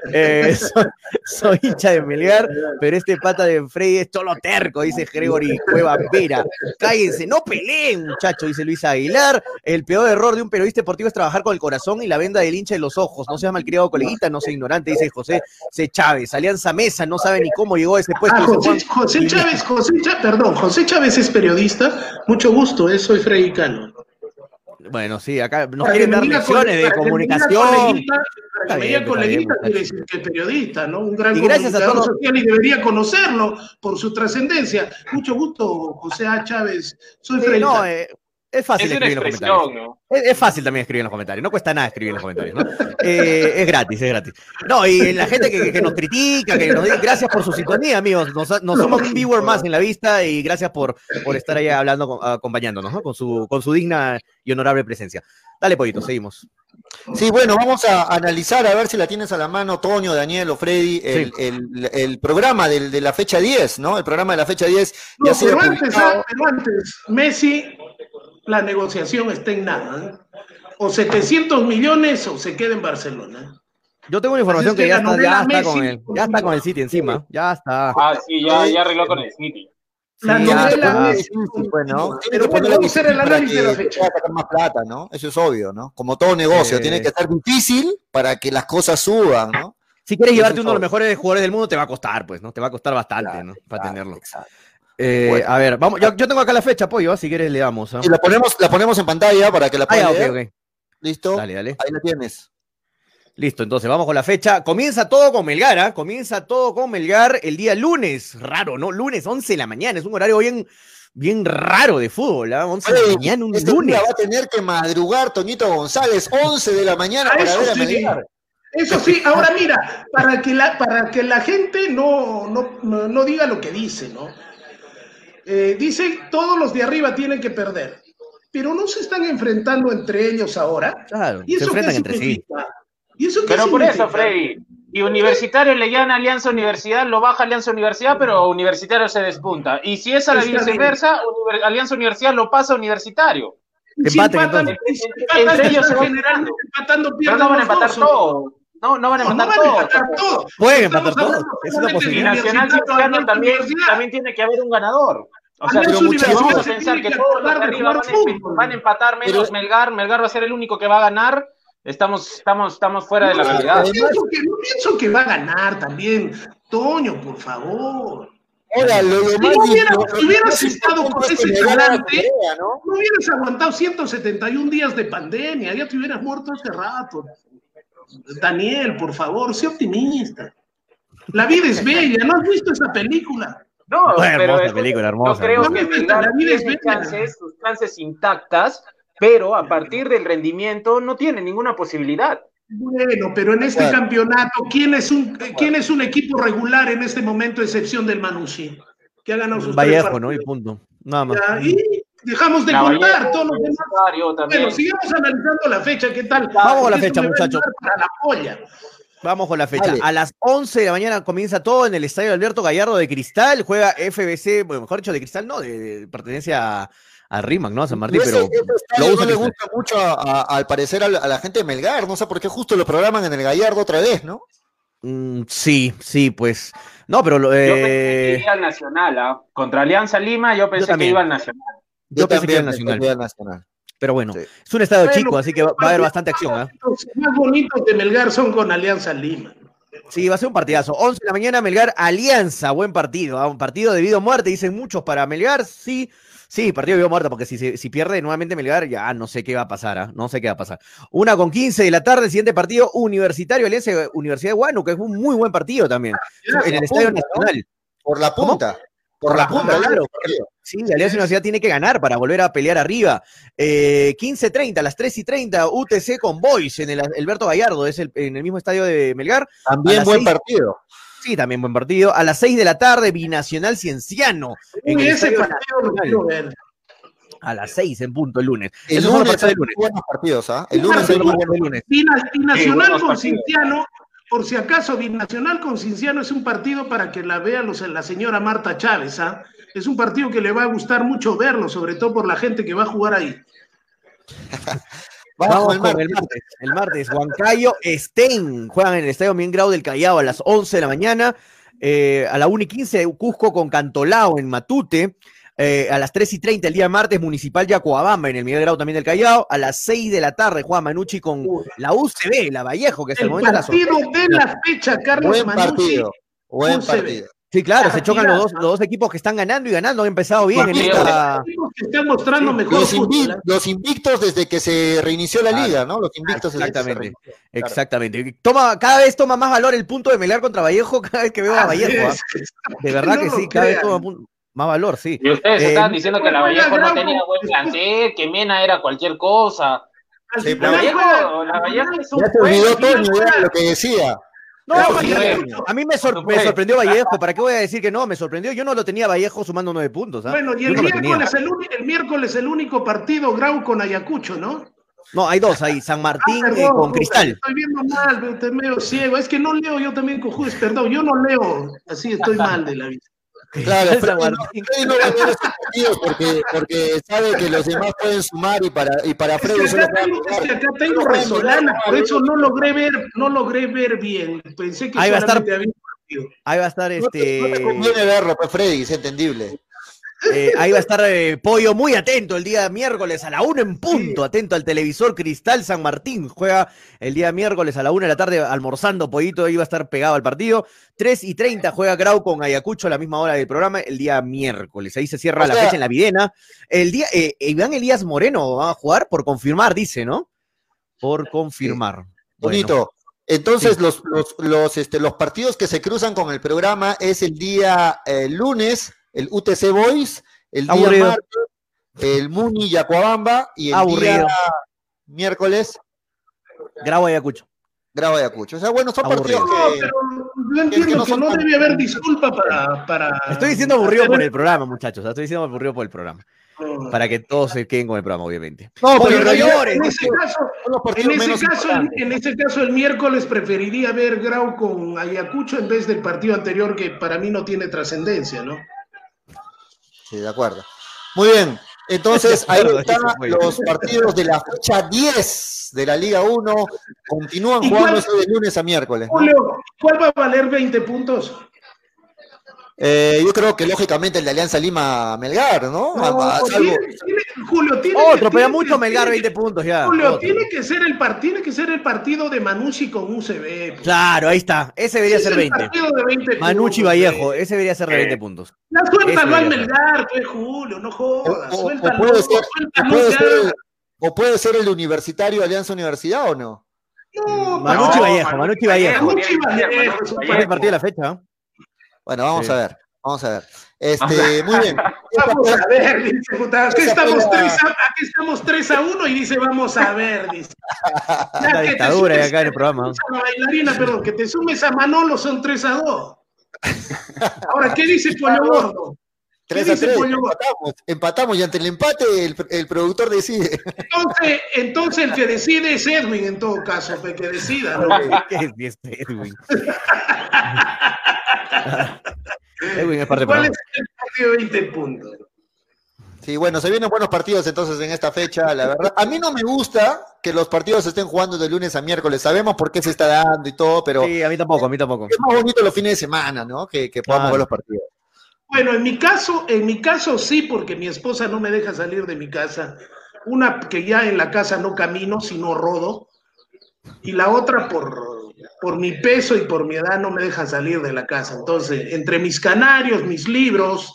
Soy hincha de Melgar, pero este pata de Freddy es cholo terco, dice Gregory Cueva Vera. Cállense, no peleen, muchachos, dice Luis Aguilar. El peor error de un periodista deportivo es trabajar con el corazón y la venda del hincha de los ojos. No seas malcriado, coleguita, no sea ignorante, dice José C. Chávez. Alianza Mesa no sabe ni cómo llegó a ese puesto.
José Chávez es periodista. Mucho gusto, soy Freddy Cano.
Bueno, sí, acá nos quieren dar lecciones de comunicación.
Para que me diga coleguita, quiere decir que es periodista, ¿no? Un gran
comunicador
social y debería conocerlo por su trascendencia. Mucho gusto, José A. Chávez. Soy Freddy Cano.
Es fácil escribir en los comentarios. ¿No? Es fácil también escribir en los comentarios. No cuesta nada escribir en los comentarios, ¿no? Es gratis. No, y la gente que nos critica, que nos dice gracias por su sintonía, amigos. Nos somos un viewer más en la vista y gracias por estar ahí hablando, acompañándonos, ¿no? Con su digna y honorable presencia. Dale, Pollito, seguimos.
Sí, bueno, vamos a analizar, a ver si la tienes a la mano, Toño, Daniel o Freddy, el programa de la fecha 10, ¿no? El programa de la fecha 10.
No, pero antes, Messi, la negociación está en nada, ¿eh? O 700 millones o se queda en Barcelona.
Yo tengo una información que ya está con el City encima. Ya está.
Ah, sí, ya arregló con el City.
La novela Messi.
Bueno, pero vamos a hacer el análisis de la fecha. Para sacar más plata, ¿no? Eso es obvio, ¿no? Como todo negocio, tiene que ser difícil para que las cosas suban, ¿no?
Si quieres llevarte uno de los mejores jugadores del mundo, te va a costar, pues, ¿no? Te va a costar bastante, claro, ¿no? Para tenerlo. Exacto. Bueno. A ver, vamos, yo tengo acá la fecha, Pollo, si quieres le damos.
Y la ponemos en pantalla para que la puedan leer.
Okay.
¿Listo?
Dale.
Ahí la tienes.
Listo, entonces vamos con la fecha. Comienza todo con Melgar, el día lunes. Raro, ¿no? Lunes, 11 de la mañana. Es un horario bien raro de fútbol, ¿eh? 11 de la mañana, un lunes.
Va a tener que madrugar Toñito González, 11 de la mañana para ver a Melgar.
Eso sí, ahora mira, para que la gente no diga lo que dice, ¿no? Dice, todos los de arriba tienen que perder, pero no se están enfrentando entre ellos ahora.
Claro, ¿y eso se enfrentan entre sí.
¿Y eso
pero por eso, Freddy, y Universitario le gana a Alianza Universidad, lo baja Alianza Universidad, pero Universitario se despunta. Y si es a la viceversa, Alianza Universidad lo pasa a Universitario.
Empatan,
entre ellos se van
empatando,
pero no van a empatar todo. No van a empatar
todo.
Pueden empatar todo. Es una
Y
posibilidad.
Nacional Ciudadano también tiene que haber un ganador. O sea, si vamos a pensar que todos los de arriba van a empatar menos Melgar va a ser el único que va a ganar, estamos fuera de la realidad.
No pienso que va a ganar también. Toño, por favor.
Ahora,
si hubieras estado con ese talante, no hubieras aguantado 171 días de pandemia, ya te hubieras muerto hace rato. Daniel, por favor, sé optimista. La vida es bella, ¿no has visto esa película?
No, pero
hermosa película, hermosa.
Yo creo que Melgar tiene sus chances intactas, pero a partir del rendimiento no tiene ninguna posibilidad.
Bueno, pero en este campeonato, ¿quién es un equipo regular en este momento, excepción del Manussi? Que ha ganado sus
Vallejo, ¿no? Y punto. Nada más.
Y dejamos de contar todos los demás. Bueno, sigamos analizando la fecha, ¿qué tal?
Vamos con la fecha, muchachos.
Para la polla.
Vamos con la fecha.
Dale.
A las 11 de la mañana comienza todo en el estadio Alberto Gallardo de Cristal. Juega FBC, bueno, mejor dicho, de Cristal, no, de pertenencia a Rimac, ¿no? A San Martín, pero
no le gusta mucho al parecer a la gente de Melgar. No sé por qué justo lo programan en el Gallardo otra vez, ¿no?
Sí, pues. No, pero
yo pensé que iba al Nacional, ¿eh? Contra Alianza Lima, yo pensé que iba al Nacional.
Yo pensé que era el Nacional. Pero bueno, es un estadio chico, así que va a haber bastante acción.
Los más bonitos de Melgar son con Alianza Lima.
Sí, va a ser un partidazo. 11 de la mañana, Melgar Alianza, buen partido. Un partido de vida o muerte, dicen muchos para Melgar, sí. Sí, partido de vida o muerte, porque si pierde nuevamente Melgar, ya no sé qué va a pasar, No sé qué va a pasar. 1:15 de la tarde, siguiente partido, Universitario Alianza, Universidad de Huánuco, que es un muy buen partido también. En el Estadio Nacional.
¿No? Por la punta.
¿Cómo? Por la punta, claro. Sí, Alianza Universidad tiene que ganar para volver a pelear arriba. 15:30, a las 3:30, UTC con Boys en el Alberto Gallardo, en el mismo estadio de Melgar.
También buen partido.
Sí, también buen partido. A las 6 de la tarde, Binacional Cienciano.
Ese partido lo quiero ver.
A las 6 en punto el lunes.
El lunes hay buenos partidos, ¿ah? El lunes hay buenos partidos.
Binacional con Cienciano. Por si acaso, Binacional con Cienciano es un partido para que la vea la señora Marta Chávez, ¿ah? Es un partido que le va a gustar mucho verlo, sobre todo por la gente que va a jugar ahí.
Vamos con el martes. Huancayo, Stein, juegan en el Estadio Miguel Grau del Callao a las 11 de la mañana. A la 1:15, Cusco con Cantolao en Matute. A las 3:30 el día martes, Municipal Yacuabamba en el Miguel Grau también del Callao. A las 6 de la tarde juega Manucci con la UCB, la Vallejo, que es el momento
partido de la fecha, Carlos.
Buen Manucci, buen partido.
Sí, claro, se chocan los dos equipos que están ganando y ganando. Han empezado bien en esta.
Que están mostrando mejor
los invictos desde que se reinició la liga, ¿no? Los invictos.
Exactamente. Cada vez toma más valor el punto de Melgar contra Vallejo cada vez que veo a Vallejo. De verdad que sí, cada vez toma más valor, sí.
Y ustedes estaban diciendo que la Vallejo no tenía buen plantel, que Mena era cualquier cosa. La Vallejo es un
ya te olvidó Toño lo que decía.
No, a mí me sorprendió Vallejo. ¿Para qué voy a decir que no? Me sorprendió. Yo no lo tenía Vallejo sumando 9 puntos.
Bueno, y el miércoles el único partido Grau con Ayacucho, ¿no?
No, hay dos ahí. San Martín con Cristal.
Estoy viendo mal, te veo ciego. Es que no leo yo también con Judes, perdón. Yo no leo. Así estoy mal de la vida.
Claro, Freddy no va a ver esos partidos porque sabe que los demás pueden sumar y para Freddy solo
acá tengo resolana, por eso no logré ver bien. Pensé que
ahí va a estar,
había un partido.
Ahí va a estar
No te conviene verlo, pues Freddy, es entendible.
Ahí va a estar Pollo muy atento el día miércoles a la 1 en punto, atento al televisor. Cristal San Martín juega el día miércoles a la 1 de la tarde almorzando. Pollito ahí va a estar pegado al partido. 3:30 juega Grau con Ayacucho a la misma hora del programa el día miércoles. Ahí se cierra la fecha en la Videna. El día Iván Elías Moreno va a jugar por confirmar, dice, ¿no? Por confirmar.
Bonito. Bueno. Entonces sí. los partidos que se cruzan con el programa es el día lunes, el UTC Boys, el día martes, el Muni Yacuabamba y el día miércoles
Grau Ayacucho.
O sea, bueno, son partidos que...
pero yo entiendo que no debe haber disculpa para...
Estoy diciendo aburrido por el programa, muchachos. Estoy diciendo aburrido por el programa. Para que todos se queden con el programa, obviamente.
No, pero
en ese caso, el miércoles preferiría ver Grau con Ayacucho en vez del partido anterior, que para mí no tiene trascendencia, ¿no?
Sí, de acuerdo. Muy bien. Entonces, ahí están los partidos de la fecha 10 de la Liga 1. Continúan jugándose de lunes a miércoles, ¿no?
Julio, ¿cuál va a valer 20 puntos?
Yo creo que lógicamente el de Alianza Lima Melgar, ¿no?
Julio,
otro, pero mucho Melgar 20 puntos ya.
Julio, tiene que ser el partido de Manucci con UCB.
Claro, ahí está. Ese debería ser 20. Manucci Vallejo, ese debería ser de 20 puntos.
Ya suéltalo al Melgar, Julio, no jodas.
O puede ser el Universitario Alianza Universidad o no.
No,
Manucci Vallejo.
Es
el partido de la fecha.
Bueno, vamos a ver. Muy bien.
Vamos a ver, dice puta. Aquí estamos 3-1 y dice vamos a ver, dice.
La dictadura acá en el programa.
La bailarina, perdón, que te sumes a Manolo son 3-2. Ahora, ¿qué dice Pollo Gordo?
3-3, empatamos y ante el empate el productor decide.
Entonces el que decide es Edwin en todo caso, el que decida, ¿no?
¿Qué es Edwin? Edwin es parte
¿Cuál es el partido de 20 puntos?
Sí, bueno, se vienen buenos partidos entonces en esta fecha, la verdad. A mí no me gusta que los partidos se estén jugando de lunes a miércoles. Sabemos por qué se está dando y todo, pero...
Sí, a mí tampoco.
Es más bonito los fines de semana, ¿no? Que podamos ver los partidos.
Bueno, en mi caso sí, porque mi esposa no me deja salir de mi casa. Una que ya en la casa no camino, sino rodo, y la otra por mi peso y por mi edad no me deja salir de la casa. Entonces, entre mis canarios, mis libros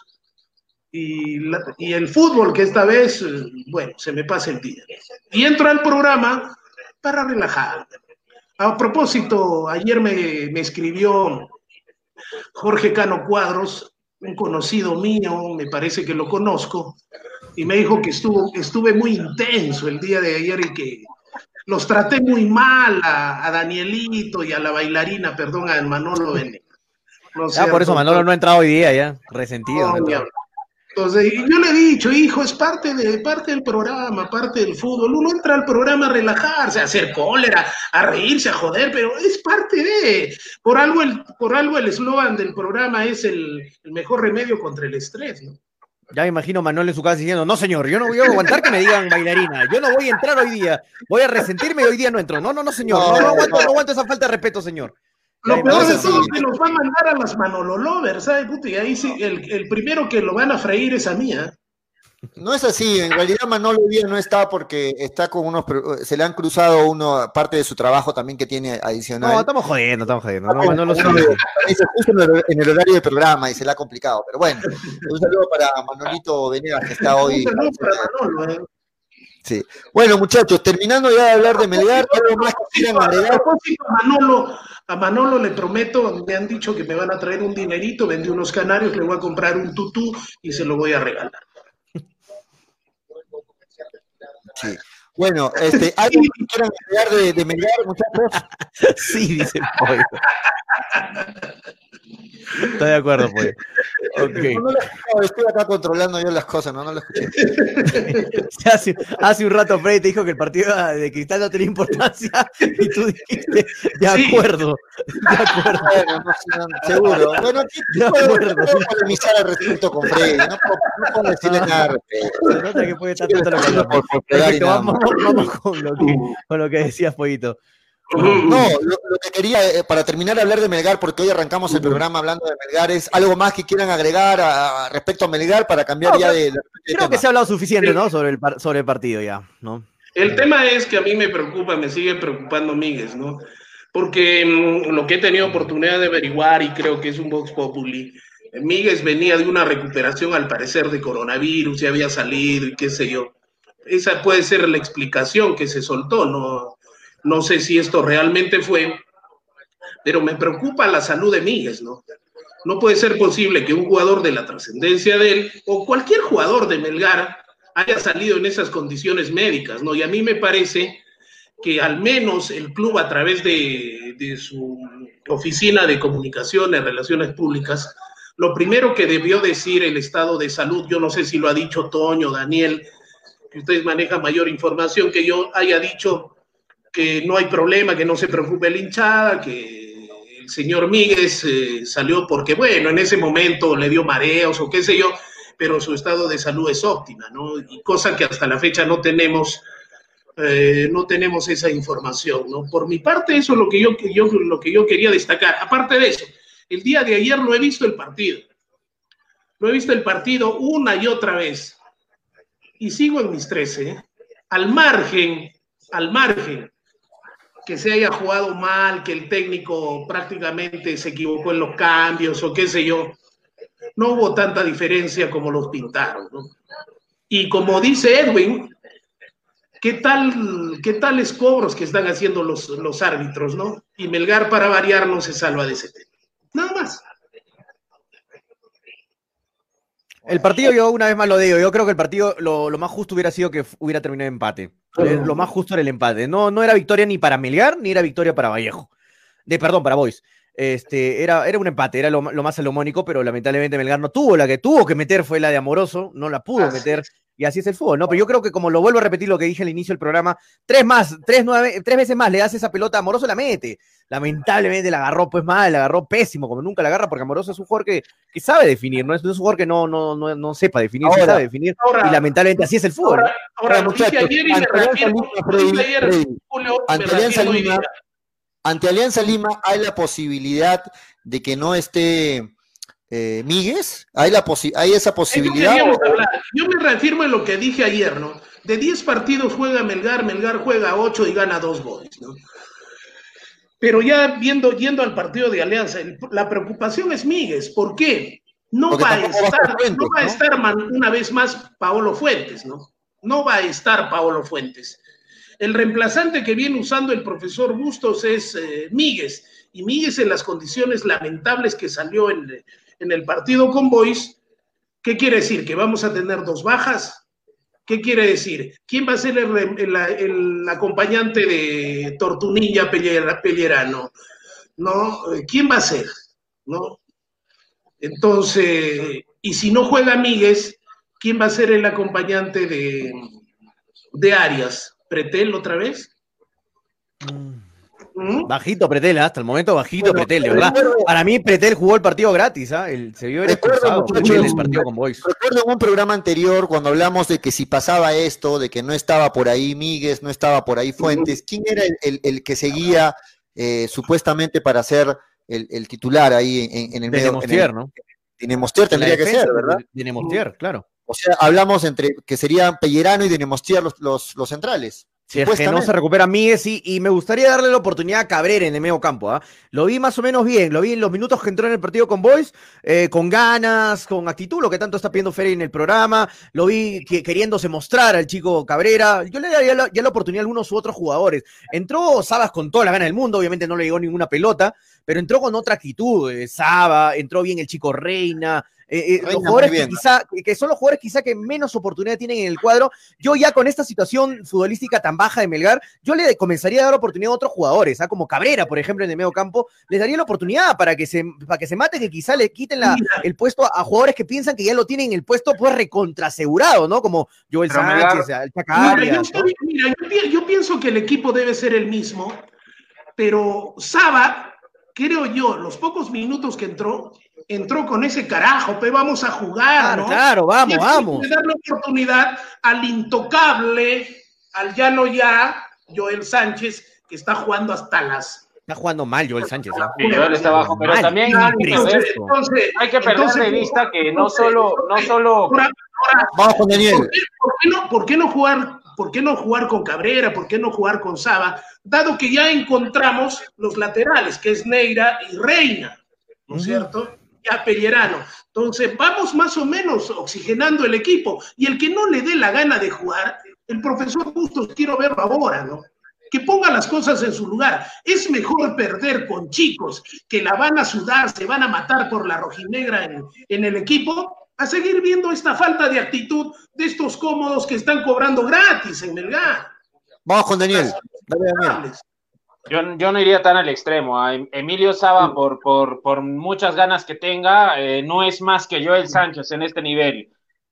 y el fútbol, que esta vez, bueno, se me pasa el día. Y entro al programa para relajar. A propósito, ayer me escribió Jorge Cano Cuadros, un conocido mío, me parece que lo conozco, y me dijo que estuve muy intenso el día de ayer y que los traté muy mal a Danielito y a la bailarina, perdón, a Manolo Venegas.
No sé, por eso Manolo no ha entrado hoy día ya, resentido.
No, entonces, yo le he dicho, hijo, es parte del programa, parte del fútbol. Uno entra al programa a relajarse, a hacer cólera, a reírse, a joder, pero es parte de. Por algo el eslogan del programa es el mejor remedio contra el estrés, ¿no?
Ya me imagino Manuel en su casa diciendo, no señor, yo no voy a aguantar que me digan bailarina, yo no voy a entrar hoy día, voy a resentirme y hoy día no entro. No, señor, no aguanto esa falta de respeto, señor.
Lo peor de todo es que nos va a mandar a las Manolo Lovers, ¿sabes? Y ahí sí, el primero que lo van a freír es a mí, ¿eh?
No es así, en realidad Manolo hoy día no está porque está con se le han cruzado parte de su trabajo también que tiene adicional.
No, estamos jodiendo. No, Manolo
justo en el horario del programa y se le ha complicado, pero bueno, un saludo para Manolito Venegas que está hoy.
Un saludo para Manolo,
Sí. Bueno, muchachos, terminando ya de hablar de Melgar, algo más que quieran agregar.
A propósito, a Manolo le prometo, me han dicho que me van a traer un dinerito, vendí unos canarios, le voy a comprar un tutú y se lo voy a regalar.
Sí. Bueno, ¿algo que quieran agregar de Melgar, muchachos?
Sí, dice Pollo. Estoy de acuerdo, Pollo. Okay.
No lo he escuchado, estoy acá controlando yo las cosas, no lo escuché.
Hace un rato Freddy te dijo que el partido de Cristal no tenía importancia y tú dijiste, de acuerdo.
Bueno, seguro. Bueno, no puedo polemizar al respecto con Freddy, no puedo decirle nada.
Se nota que puede estar todo lo que perfecto, vamos con lo que decías, Pollito.
No, lo que quería, para terminar de hablar de Melgar, porque hoy arrancamos el programa hablando de Melgar, es algo más que quieran agregar respecto a Melgar para cambiar ya de
creo
tema.
Que se ha hablado suficiente, ¿no? Sobre el partido ya, ¿no?
El tema es que a mí me sigue preocupando Míguez, ¿no? Porque lo que he tenido oportunidad de averiguar, y creo que es un Vox Populi, Míguez venía de una recuperación, al parecer, de coronavirus, ya había salido y qué sé yo. Esa puede ser la explicación que se soltó, ¿no? No sé si esto realmente fue, pero me preocupa la salud de Míguez, ¿no? No puede ser posible que un jugador de la trascendencia de él, o cualquier jugador de Melgar, haya salido en esas condiciones médicas, ¿no? Y a mí me parece que al menos el club, a través de su oficina de comunicaciones, relaciones públicas, lo primero que debió decir el estado de salud, yo no sé si lo ha dicho Toño, Daniel, que ustedes manejan mayor información, que yo haya dicho que no hay problema, que no se preocupe la hinchada, que el señor Míguez salió porque, bueno, en ese momento le dio mareos o qué sé yo, pero su estado de salud es óptima, ¿no? Y cosa que hasta la fecha no tenemos esa información, ¿no? Por mi parte, eso es lo que yo quería destacar. Aparte de eso, el día de ayer no he visto el partido. No he visto el partido una y otra vez. Y sigo en mis 13, ¿eh? Al margen que se haya jugado mal, que el técnico prácticamente se equivocó en los cambios o qué sé yo, no hubo tanta diferencia como los pintaron, ¿no? Y como dice Edwin, ¿qué tales cobros que están haciendo los árbitros, ¿no? Y Melgar, para variar, no se salva de ese tema. Nada más.
El partido, yo una vez más lo digo, yo creo que el partido lo más justo hubiera sido que hubiera terminado en empate. Lo más justo era el empate. No era victoria ni para Melgar, ni era victoria para Vallejo. Perdón, para Boys. Era un empate, era lo más salomónico, pero lamentablemente Melgar no tuvo. La que tuvo que meter fue la de Amoroso, no la pudo meter, y así es el fútbol, ¿no? Pero yo creo que, como lo vuelvo a repetir lo que dije al inicio del programa, tres veces más le das esa pelota a Amoroso, la mete. Lamentablemente la agarró pues mal, la agarró pésimo, como nunca la agarra, porque Amoroso es un jugador que sabe definir, no es un jugador que no sepa definir, sí sabe definir, y lamentablemente así es el fútbol.
Ahora muchachos,
ante Alianza Lima hay la posibilidad de que no esté Míguez? ¿Hay esa posibilidad?
Yo me reafirmo en lo que dije ayer, ¿no? De 10 partidos juega Melgar, Melgar juega 8 y gana 2 goles, ¿no? Pero ya yendo al partido de Alianza, la preocupación es Míguez. ¿Por qué? No va a estar una vez más Paolo Fuentes, ¿no? No va a estar Paolo Fuentes. El reemplazante que viene usando el profesor Bustos es Míguez. Y Míguez, en las condiciones lamentables que salió en el partido con Boys, ¿qué quiere decir? ¿Que vamos a tener 2 bajas? ¿Qué quiere decir? ¿Quién va a ser el acompañante de Tortunilla Pellerano? ¿No? ¿Quién va a ser? ¿No? Entonces, y si no juega Míguez, ¿quién va a ser el acompañante de Arias? ¿Pretel otra vez?
Bajito Pretel, hasta el momento bajito Pretel, de verdad. Para mí Pretel jugó el partido gratis, se vio expulsado en el partido con Boys.
Recuerdo en un programa anterior cuando hablamos de que si pasaba esto, de que no estaba por ahí Míguez, no estaba por ahí Fuentes, ¿quién era el que seguía supuestamente para ser el titular ahí en el medio?
Nemostier, ¿no?
Nemostier tendría que ser, ¿verdad?
Nemostier, claro.
O sea, hablamos entre que serían Pellerano y Nemostier los centrales.
Si es que no se recupera Míguez, y me gustaría darle la oportunidad a Cabrera en el medio campo. Lo vi más o menos bien, lo vi en los minutos que entró en el partido con Boys, con ganas, con actitud, lo que tanto está pidiendo Ferry en el programa, lo vi queriéndose mostrar al chico Cabrera. Yo le daría ya la oportunidad a algunos u otros jugadores. Entró Sabas con toda la gana del mundo, obviamente no le llegó ninguna pelota, pero entró con otra actitud. Saba, entró bien el chico Reina. Los jugadores que son los jugadores quizá que menos oportunidad tienen en el cuadro. Yo ya con esta situación futbolística tan baja de Melgar, yo le comenzaría a dar oportunidad a otros jugadores, como Cabrera, por ejemplo, en el medio campo, les daría la oportunidad para que se mate, que quizá le quiten el puesto a jugadores que piensan que ya lo tienen el puesto pues recontrasegurado, ¿no? Como Joel Sánchez, el Chacarias.
Yo pienso que el equipo debe ser el mismo, pero Saba, creo yo, los pocos minutos que entró con ese carajo, pues vamos a jugar, ¿no?
Claro, vamos.
Darle oportunidad al intocable, al ya no ya, Joel Sánchez, que está jugando hasta las...
Está jugando mal Joel Sánchez.
Sí, Joel está abajo, pero también hay que perder de vista que no solo...
Vamos con Daniel.
¿Por qué no jugar con Cabrera? ¿Por qué no jugar con Saba? Dado que ya encontramos los laterales, que es Neira y Reina, ¿no es cierto? Ya Pellerano. Entonces, vamos más o menos oxigenando el equipo. Y el que no le dé la gana de jugar, el profesor Bustos, quiero verlo ahora, ¿no? Que ponga las cosas en su lugar. Es mejor perder con chicos que la van a sudar, se van a matar por la rojinegra en el equipo, a seguir viendo esta falta de actitud de estos cómodos que están cobrando gratis en Melgar.
Vamos con Daniel. Dale, Daniel.
Yo no iría tan al extremo. Emilio Saba, por muchas ganas que tenga, no es más que Joel Sánchez en este nivel.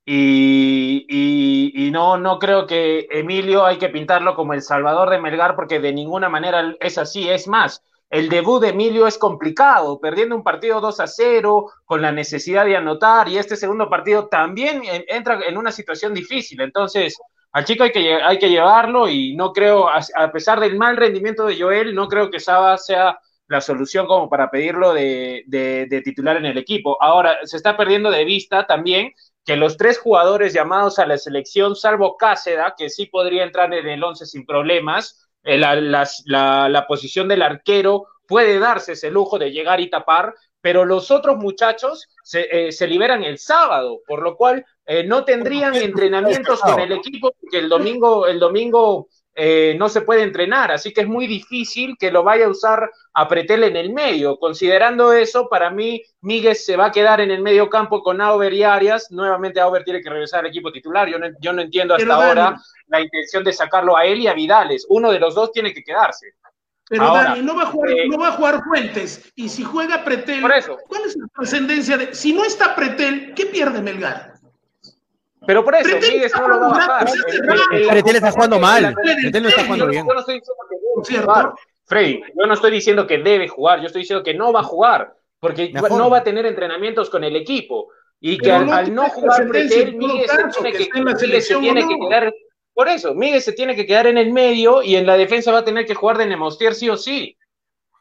Y no creo que Emilio hay que pintarlo como el salvador de Melgar, porque de ninguna manera es así. Es más, el debut de Emilio es complicado, perdiendo un partido 2-0, con la necesidad de anotar, y este segundo partido también entra en una situación difícil. Entonces, al chico hay que llevarlo, y no creo, a pesar del mal rendimiento de Joel, no creo que Saba sea la solución como para pedirlo de titular en el equipo. Ahora, se está perdiendo de vista también que los 3 jugadores llamados a la selección, salvo Cáceda, que sí podría entrar en el 11 sin problemas, la posición del arquero puede darse ese lujo de llegar y tapar, pero los otros muchachos se liberan el sábado, por lo cual no tendrían entrenamientos con el equipo, porque el domingo no se puede entrenar, así que es muy difícil que lo vaya a usar a Pretel en el medio. Considerando eso, para mí, Míguez se va a quedar en el medio campo con Auber y Arias. Nuevamente Auber tiene que regresar al equipo titular. Yo no entiendo hasta ahora la intención de sacarlo a él y a Vidales. Uno de los dos tiene que quedarse.
Pero ahora, Dani, no va a jugar Fuentes, y si juega Pretel, ¿cuál es la trascendencia de... Si no está Pretel, ¿qué pierde Melgar?
Pero por eso, Míguez no lo va a bajar.
Pretel está jugando mal. Pretel no está jugando bien.
Yo no estoy diciendo que debe jugar, Freddy. Yo no estoy diciendo que debe jugar. Yo estoy diciendo que no va a jugar, porque no va a tener entrenamientos con el equipo. Y que al no jugar Pretel, Míguez se tiene que quedar... Por eso, Míguez se tiene que quedar en el medio, y en la defensa va a tener que jugar de Nemostier sí o sí.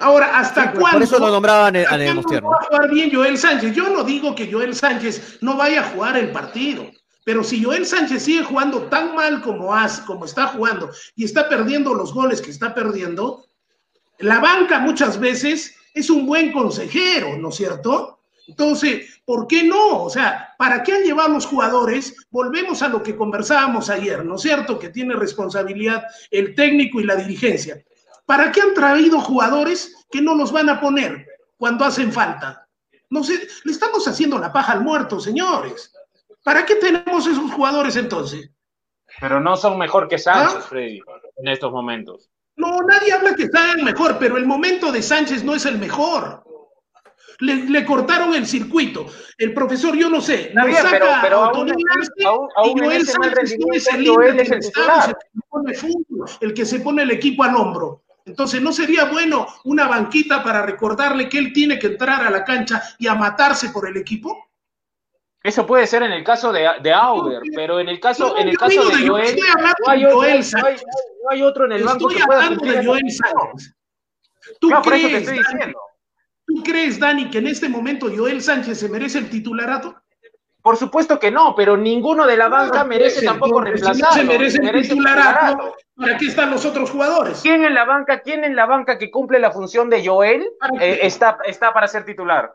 Ahora, ¿hasta cuándo?
Por eso lo nombraban a Nemostier,
¿no va a jugar bien Joel Sánchez? Yo no digo que Joel Sánchez no vaya a jugar el partido, pero si Joel Sánchez sigue jugando tan mal como está jugando y está perdiendo los goles que está perdiendo, la banca muchas veces es un buen consejero, ¿no es cierto? Entonces, ¿por qué no? O sea, ¿para qué han llevado los jugadores? Volvemos a lo que conversábamos ayer, ¿no es cierto? Que tiene responsabilidad el técnico y la dirigencia. ¿Para qué han traído jugadores que no los van a poner cuando hacen falta? No sé, le estamos haciendo la paja al muerto, señores. ¿Para qué tenemos esos jugadores entonces?
Pero no son mejor que Sánchez, Freddy, en estos momentos.
No, nadie habla que sean mejor, pero el momento de Sánchez no es el mejor. Le cortaron el circuito. El profesor, yo no sé,
lo saca pero aún
y Joel Sánchez es el líder del estado, el que se pone el equipo al hombro. Entonces, ¿no sería bueno una banquita para recordarle que él tiene que entrar a la cancha y a matarse por el equipo?
Eso puede ser en el caso de Auber, pero en el caso de Joel, no hay otro en el banco que pueda cumplir de Joel Sánchez.
Por eso te estoy diciendo. ¿Tú crees, Dani, que en este momento Joel Sánchez se merece el titularato?
Por supuesto que no, pero ninguno de la banca merece tampoco reemplazarlo.
Si no se merece el titularato, ¿para qué están los otros jugadores?
¿Quién en la banca que cumple la función de Joel está para ser titular?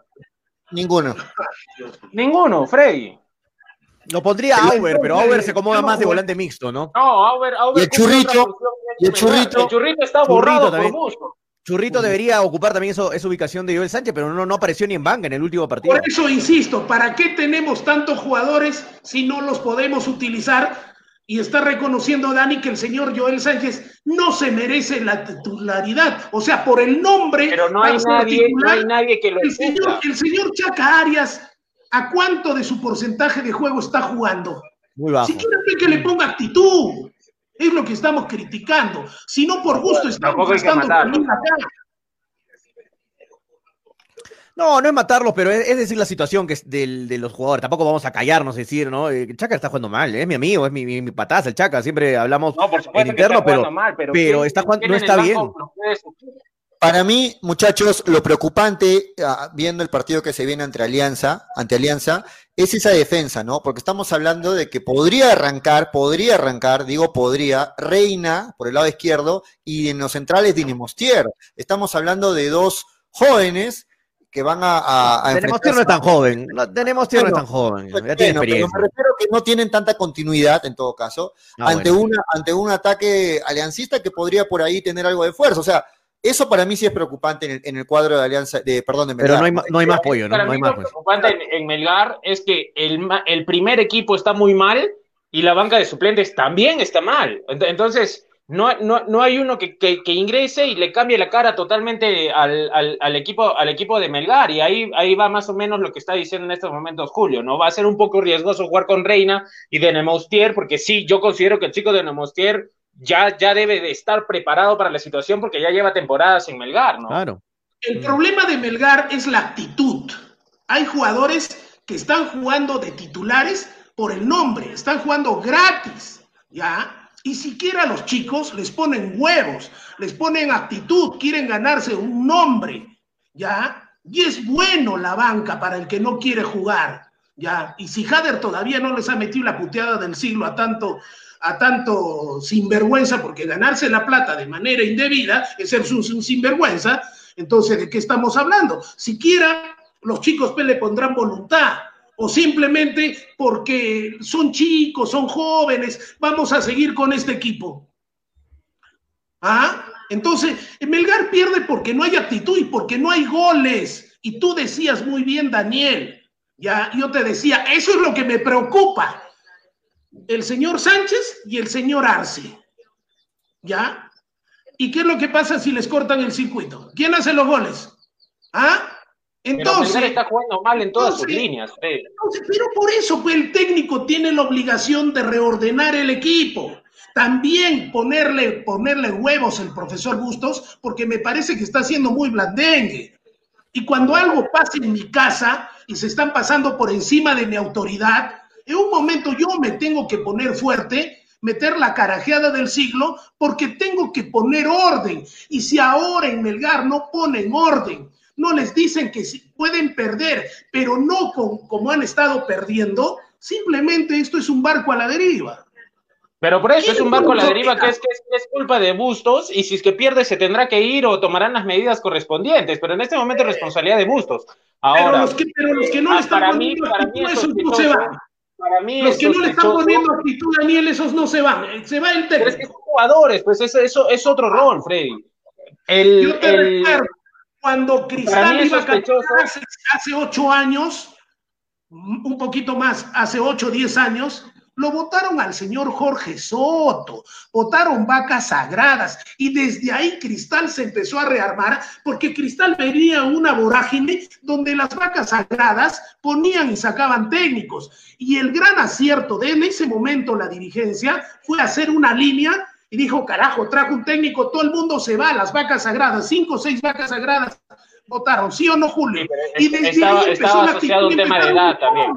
Ninguno, Freddy.
Lo pondría Auber, pero Auber se acomoda más de volante mixto, ¿no?
No, Auber
y el Churrito.
El Churrito está borrado por Busto.
Churrito debería ocupar también esa ubicación de Joel Sánchez, pero no apareció ni en banca en el último partido.
Por eso insisto, ¿para qué tenemos tantos jugadores si no los podemos utilizar? Y está reconociendo Dani que el señor Joel Sánchez no se merece la titularidad. O sea, por el nombre.
Pero no hay nadie que lo
el señor Chaca Arias, ¿a cuánto de su porcentaje de juego está jugando?
Muy bajo.
Si quiere que le ponga actitud. Es lo que estamos criticando. Si no, por gusto estamos gastando acá.
No es matarlos, pero es decir la situación que es de los jugadores. Tampoco vamos a callarnos y decir, ¿no? El Chaca está jugando mal, es mi amigo, es mi pataza el Chaca. Siempre hablamos en interno, pero está jugando, no está bien.
Para mí, muchachos, lo preocupante, viendo el partido que se viene ante Alianza, es esa defensa, ¿no? Porque estamos hablando de que podría arrancar, Reina por el lado izquierdo y en los centrales Nemostier. Estamos hablando de dos jóvenes que van a
Nemostier no es tan joven, Nemostier no es tan joven, ya tiene experiencia.
Pero me refiero que no tienen tanta continuidad, en todo caso, ante un ataque aliancista que podría por ahí tener algo de fuerza. O sea, eso para mí sí es preocupante en el cuadro de Alianza, de Melgar.
Pero no hay más pollo, ¿no?
Para mí lo preocupante en Melgar es que el primer equipo está muy mal y la banca de suplentes también está mal. Entonces, no hay uno que ingrese y le cambie la cara totalmente al equipo de Melgar. Y ahí va más o menos lo que está diciendo en estos momentos Julio, ¿no? Va a ser un poco riesgoso jugar con Reina y de Nemostier, porque sí, yo considero que el chico de Nemostier ya debe de estar preparado para la situación porque ya lleva temporadas en Melgar, ¿no?
Claro.
El problema de Melgar es la actitud. Hay jugadores que están jugando de titulares por el nombre, están jugando gratis, ¿ya? Y siquiera los chicos les ponen huevos, les ponen actitud, quieren ganarse un nombre, ¿ya? Y es bueno la banca para el que no quiere jugar, ¿ya? Y si Jader todavía no les ha metido la puteada del siglo a tanto sinvergüenza, porque ganarse la plata de manera indebida es ser un sinvergüenza, entonces ¿de qué estamos hablando? Siquiera los chicos le pondrán voluntad, o simplemente porque son chicos, son jóvenes, vamos a seguir con este equipo. Entonces, Melgar pierde porque no hay actitud y porque no hay goles, y tú decías muy bien, Daniel, ya, yo te decía, eso es lo que me preocupa. El señor Sánchez y el señor Arce, ¿ya? ¿Y qué es lo que pasa si les cortan el circuito? ¿Quién hace los goles? Entonces,
pero está jugando mal en todas sus líneas.
Pero por eso pues, el técnico tiene la obligación de reordenar el equipo. También ponerle huevos el profesor Bustos, porque me parece que está siendo muy blandengue. Y cuando algo pasa en mi casa y se están pasando por encima de mi autoridad, en un momento yo me tengo que poner fuerte meter la carajeada del siglo porque tengo que poner orden. Y si ahora en Melgar no ponen orden, no les dicen que pueden perder, pero no como han estado perdiendo, simplemente esto es un barco a la deriva.
Pero por eso es un barco a la deriva que es culpa de Bustos, y si es que pierde se tendrá que ir o tomarán las medidas correspondientes, pero en este momento es responsabilidad de Bustos. Ahora,
pero los que no le están poniendo actitud, esos no se van.
Para mí
los que no le están poniendo actitud, Daniel, esos no se van. Se va el técnico.
Pero es que son jugadores, pues eso es otro rol, Freddy.
Yo te recuerdo cuando Cristal iba a campeonar hace 8 años, un poquito más, hace 8 o 10 años, lo votaron al señor Jorge Soto, votaron vacas sagradas, y desde ahí Cristal se empezó a rearmar, porque Cristal venía una vorágine donde las vacas sagradas ponían y sacaban técnicos, y el gran acierto de en ese momento la dirigencia fue hacer una línea, y dijo, carajo, trajo un técnico, todo el mundo se va, las vacas sagradas, 5 o 6 vacas sagradas votaron, ¿sí o no, Julio?
Sí, y desde ahí estaba asociado un tema de edad también.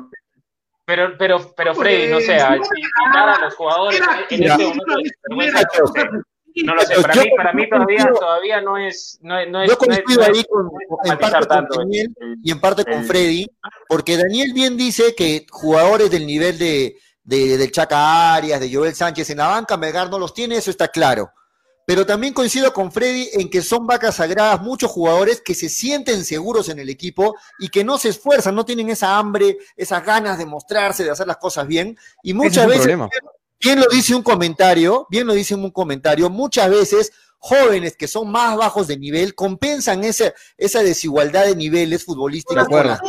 Pero Freddy, no sé, quitar a los jugadores en este momento, no lo sé, para mí todavía no es.
Yo coincido ahí en parte con Daniel y en parte con Freddy, porque Daniel bien dice que jugadores del nivel del Chaca Arias, de Joel Sánchez en la banca, Melgar no los tiene, eso está claro. Pero también coincido con Freddy en que son vacas sagradas muchos jugadores que se sienten seguros en el equipo y que no se esfuerzan, no tienen esa hambre, esas ganas de mostrarse, de hacer las cosas bien. Y muchas veces, bien lo dice un comentario, muchas veces jóvenes que son más bajos de nivel compensan esa desigualdad de niveles futbolísticos con la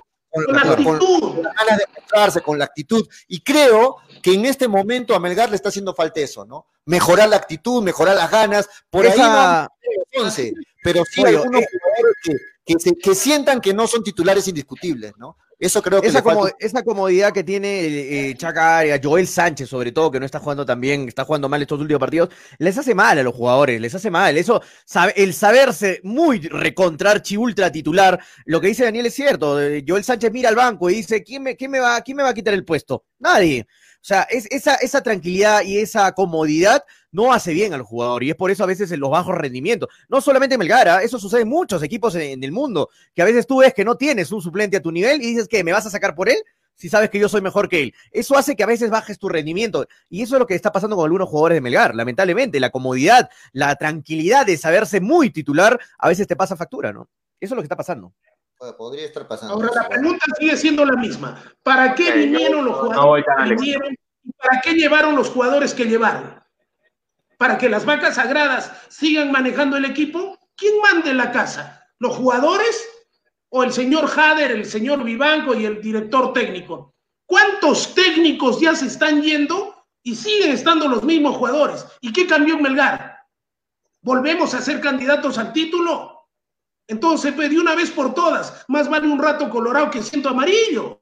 ganas de mostrarse, con la actitud. Y creo que en este momento a Melgar le está haciendo falta eso, ¿no? Mejorar la actitud, mejorar las ganas, por ahí no 11, pero sí algunos jugadores que sientan que no son titulares indiscutibles, ¿no? Eso creo que
esa comodidad que tiene Chaca Arias, Joel Sánchez sobre todo, que no está jugando tan bien, está jugando mal estos últimos partidos, les hace mal a los jugadores, les hace mal. Eso, el saberse muy recontrarchi ultra titular, lo que dice Daniel es cierto. Joel Sánchez mira al banco y dice, ¿quién me va a quitar el puesto? Nadie. O sea, esa tranquilidad y esa comodidad no hace bien al jugador, y es por eso a veces en los bajos rendimientos. No solamente en Melgar, eso sucede en muchos equipos en el mundo, que a veces tú ves que no tienes un suplente a tu nivel y dices, ¿qué? ¿Me vas a sacar por él? Si sabes que yo soy mejor que él. Eso hace que a veces bajes tu rendimiento, y eso es lo que está pasando con algunos jugadores de Melgar. Lamentablemente, la comodidad, la tranquilidad de saberse muy titular, a veces te pasa factura, ¿no? Eso es lo que está pasando.
Podría estar pasando.
Ahora la pregunta sigue siendo la misma. ¿Para qué vinieron los jugadores que vinieron? ¿Y para qué llevaron los jugadores que llevaron? ¿Para que las vacas sagradas sigan manejando el equipo? ¿Quién manda en la casa? ¿Los jugadores o el señor Jader, el señor Vivanco y el director técnico? ¿Cuántos técnicos ya se están yendo y siguen estando los mismos jugadores? ¿Y qué cambió en Melgar? ¿Volvemos a ser candidatos al título? Entonces, de una vez por todas, más vale un rato colorado que ciento amarillo.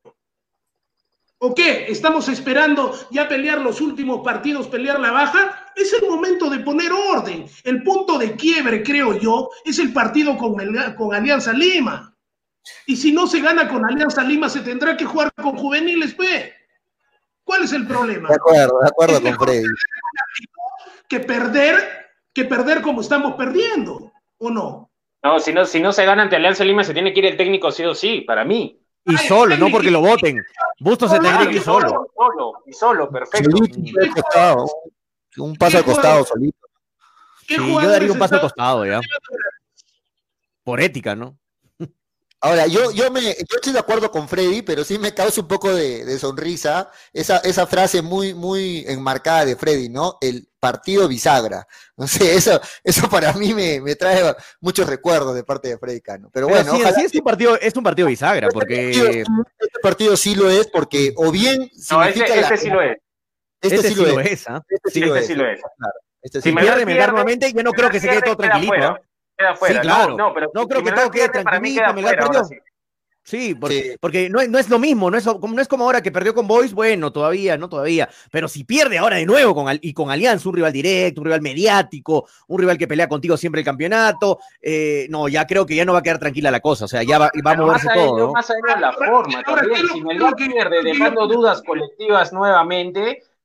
¿O qué? ¿Estamos esperando ya pelear los últimos partidos, pelear la baja? Es el momento de poner orden. El punto de quiebre, creo yo, es el partido con Alianza Lima. Y si no se gana con Alianza Lima, se tendrá que jugar con juveniles, ¿ve? ¿Cuál es el problema?
De acuerdo con Freddy.
Que perder como estamos perdiendo, ¿o no?
No, si no se gana ante Alianza Lima, se tiene que ir el técnico sí o sí, para mí.
Y solo, no porque lo voten. Bustos se tendría que ir solo.
Solo, perfecto.
Un paso al costado, solito.
Sí, yo daría un paso al costado, ya. Por ética, ¿no?
Ahora, yo estoy de acuerdo con Freddy, pero sí me causa un poco de sonrisa esa frase muy enmarcada de Freddy, ¿no? El partido bisagra. No sé, eso para mí me trae muchos recuerdos de parte de Freddy Cano. Pero bueno,
sí, es un partido bisagra, porque
este partido sí lo es, porque o bien
este sí lo es.
Este sí lo es, ¿ah?
Este sí lo es.
Si pierde Melgar nuevamente, yo no creo que se quede todo tranquilito.
Queda fuera.
Sí, claro.
No
creo que todo quede tranquilito. Melgar perdió. Sí, porque no es lo mismo, no es como ahora que perdió con Boys, bueno, todavía, pero si pierde ahora de nuevo con Alianza, un rival directo, un rival mediático, un rival que pelea contigo siempre el campeonato, no, ya creo que ya no va a quedar tranquila la cosa, o sea, ya va a moverse todo, ¿no?
Más allá de la forma también, si Melgar pierde dejando dudas colectivas nuevamente,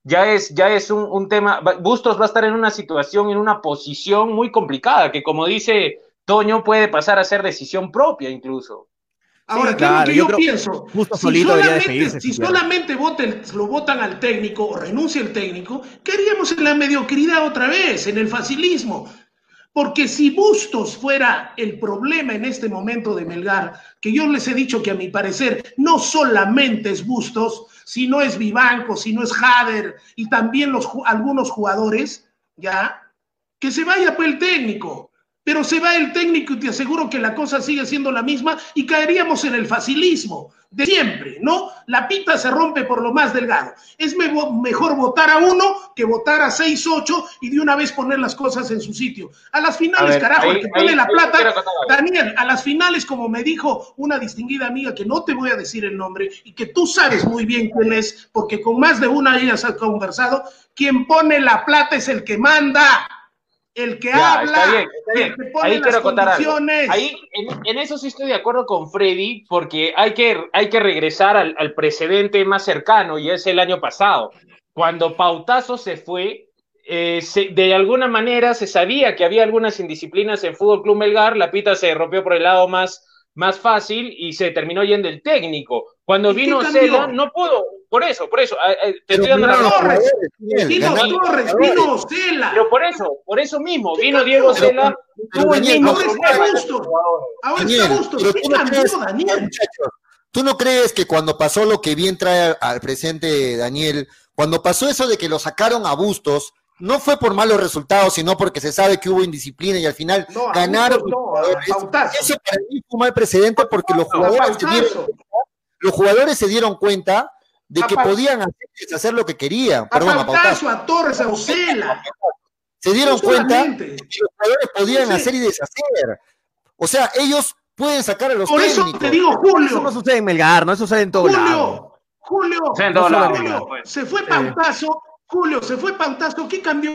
ya es un tema. Bustos va a estar en una situación, en una posición muy complicada, que como dice Toño, puede pasar a ser decisión propia incluso.
Ahora,
Sí,
¿qué es lo
claro,
que
yo
yo
creo
pienso?
justo solito debería despedirse
Si
si pierde.
solamente lo votan al técnico o renuncia el técnico, ¿qué haríamos en la mediocridad otra vez, en el facilismo? Porque si Bustos fuera el problema en este momento de Melgar, que yo les he dicho que a mi parecer no solamente es Bustos, sino es Vivanco, sino es Jader y también algunos jugadores, ¿ya? Que se vaya pues el técnico. Pero se va el técnico y te aseguro que la cosa sigue siendo la misma y caeríamos en el facilismo de siempre, ¿no? La pita se rompe por lo más delgado. Es mejor votar a uno que votar a 6, 8 y de una vez poner las cosas en su sitio. A las finales, carajo, el que pone la plata, Daniel, a las finales, como me dijo una distinguida amiga, que no te voy a decir el nombre y que tú sabes muy bien quién es, porque con más de una ellas has conversado, quien pone la plata es el que manda. El que
ya,
habla,
está bien.
el que pone
Ahí
las
quiero acotar algo.
condiciones.
Ahí, en eso sí estoy de acuerdo con Freddy, porque hay que regresar al precedente más cercano, y es el año pasado. Cuando Pautazo se fue, de alguna manera se sabía que había algunas indisciplinas en Fútbol Club Melgar, la pita se rompió por el lado más fácil y se terminó yendo el técnico. Cuando vino Cela, no pudo. Por eso, te estoy dando la razón.
Vino Cela.
Pero por eso mismo, vino Diego Cela, tuvo el mismo
problema. Ahora está Bustos. ¿Qué cambió, Daniel?
Muchachos, ¿tú no crees que cuando pasó lo que bien trae al presente Daniel, cuando pasó eso de que lo sacaron a Bustos, no fue por malos resultados, sino porque se sabe que hubo indisciplina y al final ganaron? Eso para mí fue un mal precedente porque los jugadores se dieron cuenta de que podían hacer lo que querían.
Perdón, a Pautazo, a Torres, a Ocela.
Se dieron cuenta de que los jugadores podían hacer y deshacer. O sea, ellos pueden sacar a los técnicos.
Por eso te digo, Julio.
Eso no sucede en Melgar, no, eso sucede en todo lado.
Julio, se fue Pautazo. Julio, se fue Pautazo. ¿Qué cambió?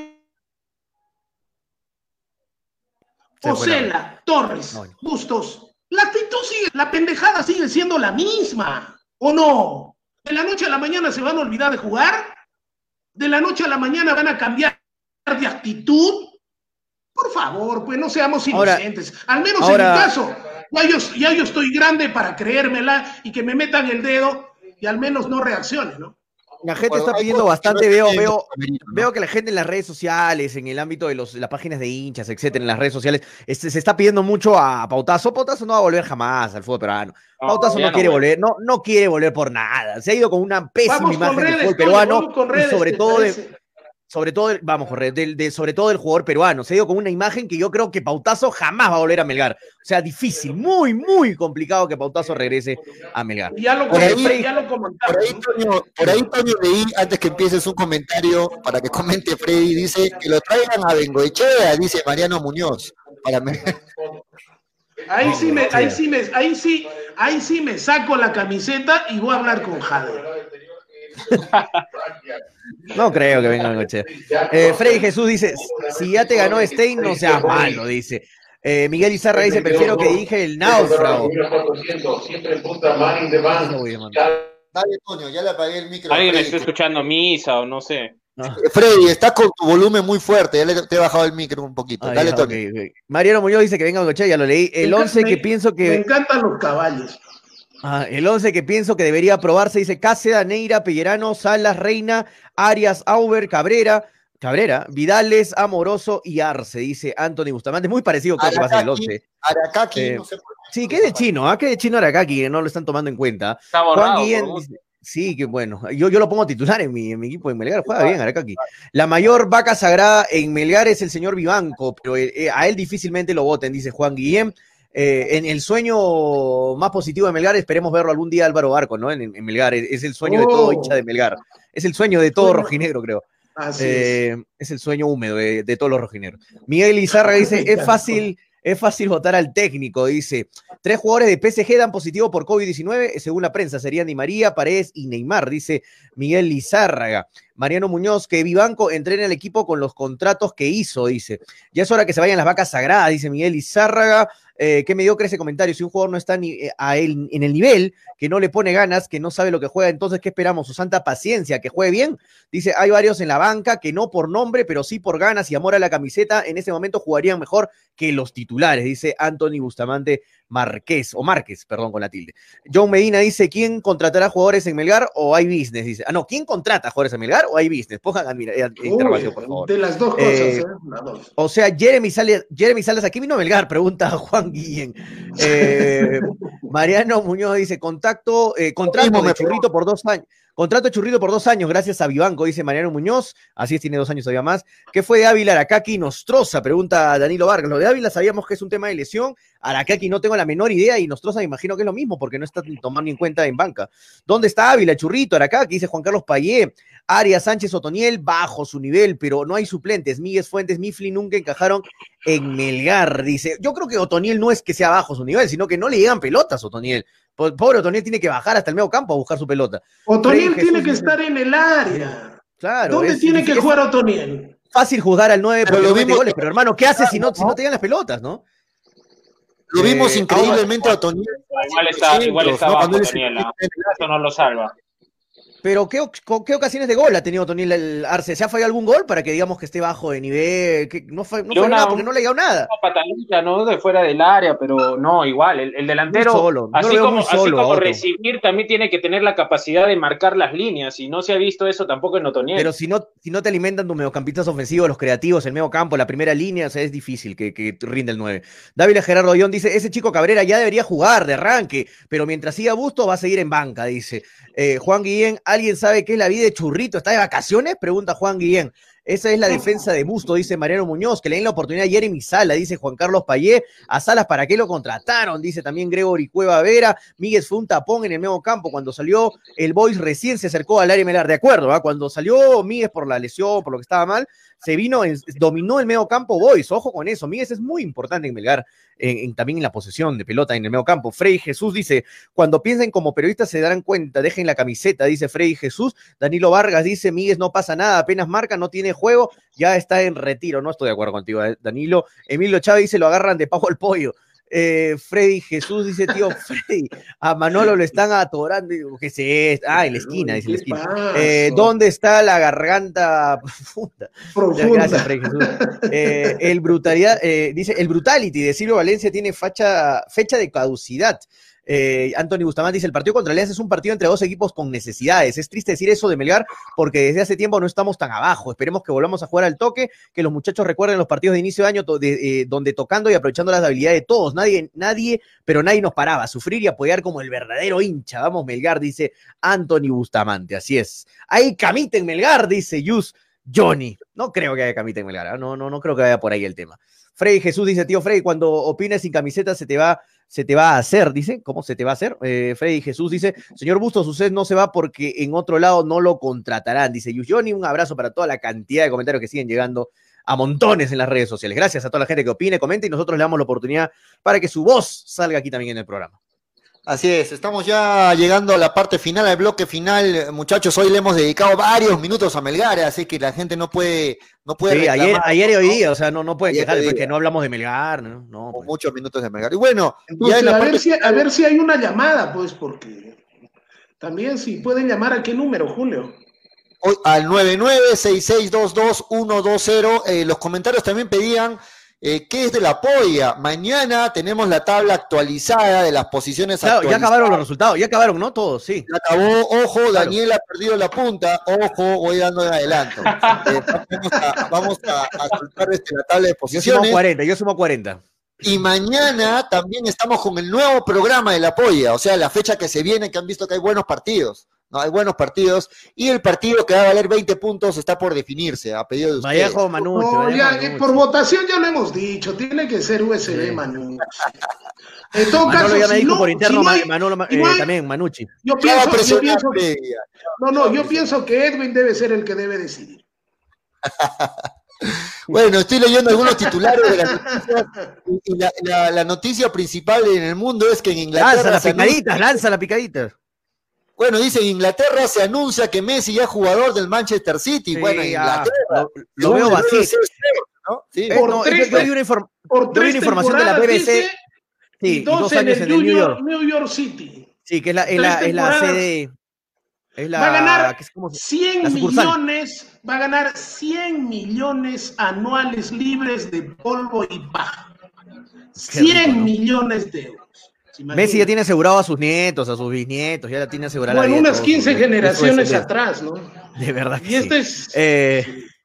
Ocela, Torres, Bustos. La actitud sigue, la pendejada sigue siendo la misma. ¿O no? ¿De la noche a la mañana se van a olvidar de jugar? ¿De la noche a la mañana van a cambiar de actitud? Por favor, pues no seamos inocentes. Al menos en mi caso, ya yo estoy grande para creérmela y que me metan el dedo y al menos no reaccione, ¿no?
La gente está pidiendo bastante, veo que la gente en las redes sociales, en el ámbito de las páginas de hinchas, etcétera, en las redes sociales, se está pidiendo mucho a Pautazo. Pautazo no va a volver jamás al fútbol peruano. Pautazo no quiere volver, no quiere volver por nada. Se ha ido con una pésima imagen del fútbol peruano y sobre todo del jugador peruano. Se ha ido con una imagen que yo creo que Pautazo jamás va a volver a Melgar. O sea, difícil, muy, muy complicado que Pautazo regrese a Melgar.
Por ahí, Toño, leí, antes que empieces un comentario, para que comente Freddy, dice que lo traigan a Bengoechea, dice Mariano Muñoz.
Ahí sí me saco la camiseta y voy a hablar con Jader.
No creo que venga Bengoechea. Freddy Jesús dice, si ya te ganó Stein, no seas malo, dice. Miguel Izarra dice, prefiero que dije el náufrago.
Dale, Toño, ya le apagué el micro.
Alguien está escuchando misa o no sé.
Freddy, estás con tu volumen muy fuerte, ya te he bajado el micro un poquito. Dale, Toño.
Okay. Mariano Muñoz dice que venga Bengoechea, ya lo leí. El 11 que pienso que...
Me encantan los caballos.
El 11 que pienso que debería aprobarse dice Cáceda, Neira, Pellerano, Salas, Reina, Arias, Auber, Cabrera, Vidales, Amoroso y Arce, dice Anthony Bustamante. Muy parecido creo que va a ser el 11.
Aracaki, no sé por qué.
Sí, que es de chino, que es de chino Aracaki, que no lo están tomando en cuenta.
Está borrado,
Juan Guillén dice, sí, que bueno. Yo lo pongo titular en mi equipo en Melgar, juega bien Aracaki. La mayor vaca sagrada en Melgar es el señor Vivanco, pero a él difícilmente lo voten, dice Juan Guillén. En el sueño más positivo de Melgar, esperemos verlo algún día Álvaro Barco, ¿no? En Melgar, es el sueño de todo hincha de Melgar. Es el sueño de todo rojinegro, creo. Es el sueño húmedo de todos los rojinegros. Miguel Izarra dice, es fácil votar al técnico, dice. 3 jugadores de PSG dan positivo por COVID-19, según la prensa, serían Di María, Paredes y Neymar, dice Miguel Lizárraga. Mariano Muñoz, que Vivanco entrene al equipo con los contratos que hizo, dice. Ya es hora que se vayan las vacas sagradas, dice Miguel Lizárraga. qué mediocre ese comentario. Si un jugador no está en el nivel, que no le pone ganas, que no sabe lo que juega, entonces, ¿qué esperamos? Su santa paciencia, que juegue bien. Dice, hay varios en la banca que no por nombre, pero sí por ganas y amor a la camiseta, en ese momento jugarían mejor que los titulares, dice Anthony Bustamante Márquez, perdón, con la tilde. John Medina dice, ¿quién contratará jugadores en Melgar o hay business? Dice, no, ¿quién contrata jugadores en Melgar o hay business? Pongan interrogación, por favor.
De las dos cosas, las dos.
O sea, Jeremy Salas, aquí vino Melgar, pregunta Juan Guillén. Mariano Muñoz dice, contrato de Churrito por 2 años. Contrato de Churrito por 2 años, gracias a Vivanco, dice Mariano Muñoz. Así es, tiene 2 años todavía más. ¿Qué fue de Ávila, Aracaki y Nostroza? Pregunta Danilo Vargas. Lo de Ávila sabíamos que es un tema de lesión. Aracaki no tengo la menor idea y Nostroza me imagino que es lo mismo porque no está tomando en cuenta en banca. ¿Dónde está Ávila, Churrito, Aracaki? Dice Juan Carlos Payé. Arias, Sánchez, Otoniel, bajo su nivel, pero no hay suplentes. Miguel Fuentes, Mifflin nunca encajaron en Melgar, dice. Yo creo que Otoniel no es que sea bajo su nivel, sino que no le llegan pelotas a Otoniel. Pobre Otoniel tiene que bajar hasta el medio campo a buscar su pelota.
Otoniel tiene que estar en el área.
Claro.
¿Dónde tiene que jugar Otoniel?
Fácil juzgar al 9 porque no mete goles, pero hermano, ¿qué hace si no te llegan las pelotas, no?
Lo vimos increíblemente a Otoniel.
Igual está bajo Otoniel, eso no lo salva.
Pero ¿qué ocasiones de gol ha tenido Otoniel el Arce? ¿Se ha fallado algún gol para que digamos que esté bajo de nivel? Que no fue nada porque no le ha llegado nada.
Una patalita, ¿no? De fuera del área, pero no, igual. El delantero,
solo,
así como recibir, también tiene que tener la capacidad de marcar las líneas. Y no se ha visto eso tampoco en Otoniel.
Pero si no te alimentan tus mediocampistas ofensivos, los creativos, el medio campo, la primera línea, o sea, es difícil que rinde el 9. Dávila Gerardo Ollón dice, ese chico Cabrera ya debería jugar de arranque, pero mientras siga Busto va a seguir en banca, dice. Juan Guillén, ¿alguien sabe qué es la vida de Churrito? ¿Está de vacaciones? Pregunta Juan Guillén. Esa es la defensa de Busto, dice Mariano Muñoz, que le den la oportunidad a Jeremy Sala, dice Juan Carlos Payé. A Salas, ¿para qué lo contrataron? Dice también Gregory Cueva Vera. Míguez fue un tapón en el medio campo. Cuando salió el Boys recién se acercó al área Melgar. De acuerdo, ¿va? Cuando salió Míguez por la lesión, por lo que estaba mal, dominó el medio campo Boys. Ojo con eso. Míguez es muy importante en Melgar, también en la posesión de pelota en el medio campo. Frey Jesús dice, cuando piensen como periodistas se darán cuenta, dejen la camiseta, dice Frey Jesús. Danilo Vargas dice, Míguez no pasa nada, apenas marca, no tiene juego, ya está en retiro. No estoy de acuerdo contigo, Danilo. Emilio Chávez dice, lo agarran de pajo al pollo. Freddy Jesús dice, tío Freddy, a Manolo lo están atorando. ¿Qué es? En la esquina, dice la esquina. ¿Dónde está la garganta profunda? Gracias, Freddy Jesús. Dice, el Brutality de Silvio Valencia tiene fecha de caducidad. Anthony Bustamante dice, el partido contra Alianza es un partido entre dos equipos con necesidades. Es triste decir eso de Melgar porque desde hace tiempo no estamos tan abajo. Esperemos que volvamos a jugar al toque, que los muchachos recuerden los partidos de inicio de año donde tocando y aprovechando las habilidades de todos, nadie nos paraba, sufrir y apoyar como el verdadero hincha. Vamos Melgar, dice Anthony Bustamante, así es. Hay camita en Melgar, dice Yus Johnny. No creo que haya camita en Melgar, no creo que vaya por ahí el tema. Freddy Jesús dice, tío Freddy, cuando opinas sin camiseta se te va a hacer, dice. ¿Cómo se te va a hacer? Freddy Jesús dice, señor Bustos, usted no se va porque en otro lado no lo contratarán, dice Yus Johnny. Un abrazo para toda la cantidad de comentarios que siguen llegando a montones en las redes sociales. Gracias a toda la gente que opine, comente y nosotros le damos la oportunidad para que su voz salga aquí también en el programa.
Así es, estamos ya llegando a la parte final, al bloque final, muchachos. Hoy le hemos dedicado varios minutos a Melgar, así que la gente no puede
sí, ayer y hoy día, o sea, no pueden quejar después que no hablamos de Melgar, ¿no?
Pues. Muchos minutos de Melgar. Y bueno,
entonces, a ver si hay una llamada, pues, porque también si pueden llamar a qué número, Julio.
Hoy, al 9966222120. Los comentarios también pedían ¿qué es de la polla? Mañana tenemos la tabla actualizada de las posiciones actualizadas.
Ya acabaron los resultados, ya acabaron, ¿no? Todos, sí.
Ya acabó, ojo, claro. Daniel ha perdido la punta, ojo, voy dando en adelanto. Vamos a soltar la tabla de posiciones.
Yo sumo 40.
Y mañana también estamos con el nuevo programa de la polla, o sea, la fecha que se viene, que han visto que hay buenos partidos. No, hay buenos partidos y el partido que va a valer 20 puntos está por definirse a pedido de ustedes.
Vallejo Manucci.
Por votación ya lo hemos dicho, tiene que ser USB sí. Manucci. En todo
Manolo
caso,
ya me dijo
no,
por interno,
si
también Manucci.
Yo pienso que Edwin debe ser el que debe decidir.
Bueno, estoy leyendo algunos titulares de la noticia y la noticia principal en el mundo es que en Inglaterra
lanza la picadita.
Bueno, dice, en Inglaterra se anuncia que Messi ya es jugador del Manchester City. Sí, bueno, en Inglaterra.
Lo veo vacío.
¿No? Sí.
Yo vi una información de la BBC. Sí,
y dos en el New York City.
Sí, que es la sede.
Va a ganar
¿cómo se-
100
la sucursal?
millones, va a ganar 100 millones anuales libres de polvo y paja.
Qué rico,
100
¿no?
millones de euros. ¿Se
Messi ya
imagina?
tiene asegurado a sus nietos, a sus bisnietos, ya la tiene asegurada la
Bueno,
vida de
unas
todos
15
de su
generaciones
descendencia.
atrás, ¿no?
De verdad que
Y este
sí.
es...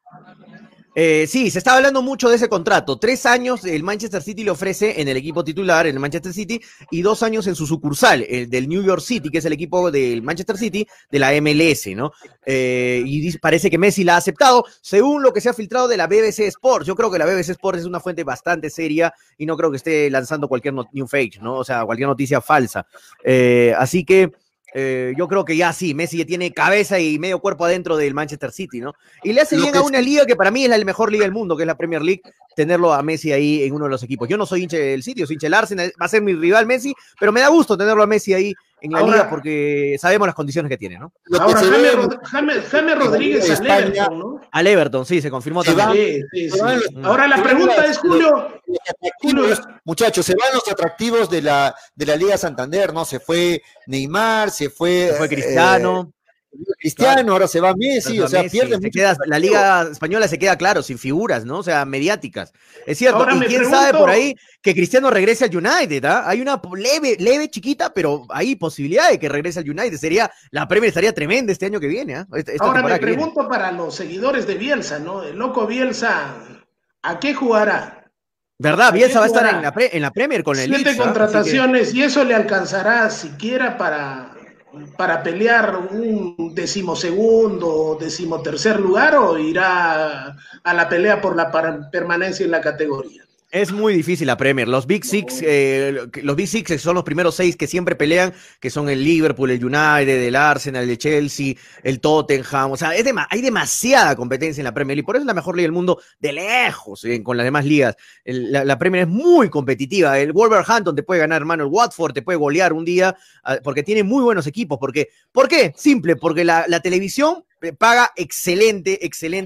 Sí, se estaba hablando mucho de ese contrato. 3 años el Manchester City le ofrece en el equipo titular, en el Manchester City, y 2 años en su sucursal, el del New York City, que es el equipo del Manchester City de la MLS, ¿no? Parece que Messi la ha aceptado, según lo que se ha filtrado de la BBC Sports. Yo creo que la BBC Sports es una fuente bastante seria y no creo que esté lanzando cualquier new fake, ¿no? O sea, cualquier noticia falsa. Así que yo creo que ya sí, Messi ya tiene cabeza y medio cuerpo adentro del Manchester City, ¿no? Y le hace bien a una liga que para mí es la mejor liga del mundo, que es la Premier League, tenerlo a Messi ahí en uno de los equipos. Yo no soy hincha del City, yo soy hincha del Arsenal, va a ser mi rival Messi, pero me da gusto tenerlo a Messi ahí en la liga porque sabemos las condiciones que tiene, ¿no?
Ahora, James Rodríguez al Everton, ¿no?
Al Everton, sí, se confirmó también.
Sí. Ahora la pregunta es, Julio,
muchachos, se van los atractivos de la Liga Santander, ¿no? Se fue Neymar, se fue
Cristiano.
Cristiano, ahora se va Messi, o sea,
Messi,
pierde mucho.
La Liga Española se queda, claro, sin figuras, ¿no? O sea, mediáticas. Es cierto,
ahora
y quién sabe por ahí que Cristiano regrese al United, ¿ah? Hay una leve, chiquita, pero hay posibilidad de que regrese al United. La Premier estaría tremenda este año que viene, ¿ah?
Ahora me pregunto para los seguidores de Bielsa, ¿no? El loco Bielsa, ¿a qué jugará?
¿Verdad? Bielsa va a estar en la Premier con el Leeds.
7 contrataciones, y eso le alcanzará siquiera para pelear un 12º o 13º lugar, o irá a la pelea por la permanencia en la categoría.
Es muy difícil la Premier. Los Big Six son los primeros 6 que siempre pelean, que son el Liverpool, el United, el Arsenal, el Chelsea, el Tottenham. O sea, hay demasiada competencia en la Premier League. Por eso es la mejor liga del mundo de lejos, con las demás ligas. La Premier es muy competitiva. El Wolverhampton te puede ganar, hermano. El Watford te puede golear un día, porque tiene muy buenos equipos. ¿Por qué? Simple, porque la televisión paga excelentes,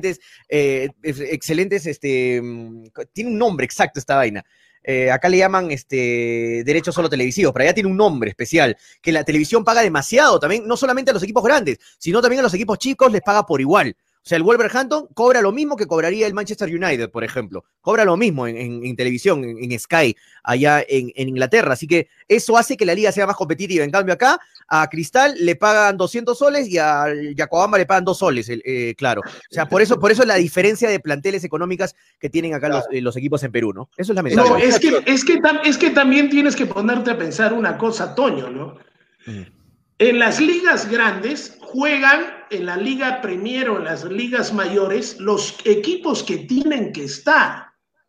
tiene un nombre exacto esta vaina. Acá le llaman derechos solo televisivos, pero allá tiene un nombre especial, que la televisión paga demasiado también, no solamente a los equipos grandes, sino también a los equipos chicos les paga por igual. O sea, el Wolverhampton cobra lo mismo que cobraría el Manchester United, por ejemplo. Cobra lo mismo en televisión, en Sky, allá en Inglaterra. Así que eso hace que la liga sea más competitiva. En cambio, acá a Cristal le pagan 200 soles y a Yacobamba le pagan 2 soles, claro. O sea, por eso la diferencia de planteles económicas que tienen acá los equipos en Perú, ¿no? Eso es lamentable.
No, es que también tienes que ponerte a pensar una cosa, Toño, ¿no? En las ligas grandes juegan, en la Liga Premier o en las ligas mayores, los equipos que tienen que estar.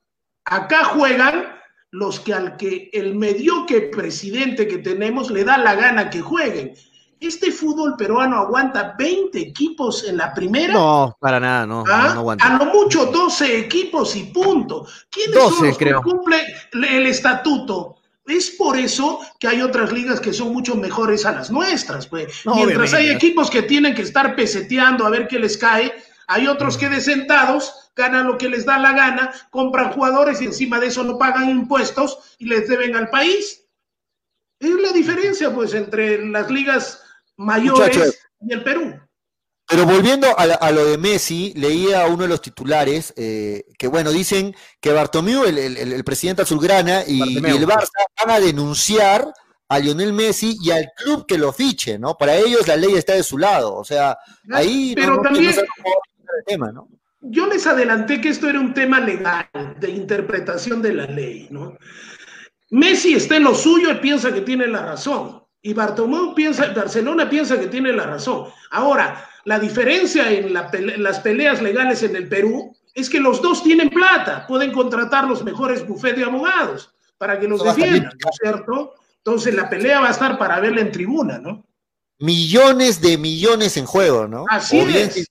Acá juegan los que al que el mediocre presidente que tenemos le da la gana que jueguen. ¿Este fútbol peruano aguanta 20 equipos en la primera?
No, para nada, no aguanta.
A lo mucho 12 equipos y punto. ¿Quiénes
12,
son los que
creo.
cumplen el estatuto? Es por eso que hay otras ligas que son mucho mejores a las nuestras, pues.
No,
mientras hay
obviamente.
equipos que tienen que estar peseteando a ver qué les cae, hay otros que de sentados ganan lo que les da la gana, compran jugadores y encima de eso no pagan impuestos y les deben al país. Es la diferencia, pues, entre las ligas mayores, muchachos, y el Perú.
Pero volviendo a lo de Messi, leía uno de los titulares que, bueno, dicen que Bartomeu, el presidente azulgrana, y el Barça van a denunciar a Lionel Messi y al club que lo fiche, ¿no? Para ellos la ley está de su lado, o sea, ahí
pero también,
no el tema, ¿no?
Yo les adelanté que esto era un tema legal, de interpretación de la ley, ¿no? Messi está en lo suyo y piensa que tiene la razón, y Bartomeu Barcelona piensa que tiene la razón. Ahora, la diferencia en las peleas legales en el Perú es que los dos tienen plata, pueden contratar los mejores bufetes de abogados para que los defiendan, ¿no es cierto? Entonces la pelea va a estar para verla en tribuna, ¿no?
Millones de millones en juego, ¿no?
Así es.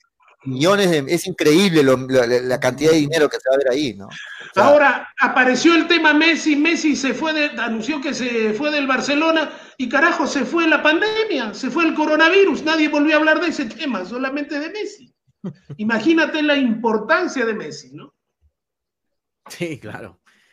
Es increíble la cantidad de dinero que se va a ver ahí, ¿no? O sea,
ahora, apareció el tema Messi anunció que se fue del Barcelona y carajo, se fue la pandemia, se fue el coronavirus, nadie volvió a hablar de ese tema, solamente de Messi. Imagínate la importancia de Messi, ¿no?
Sí, claro.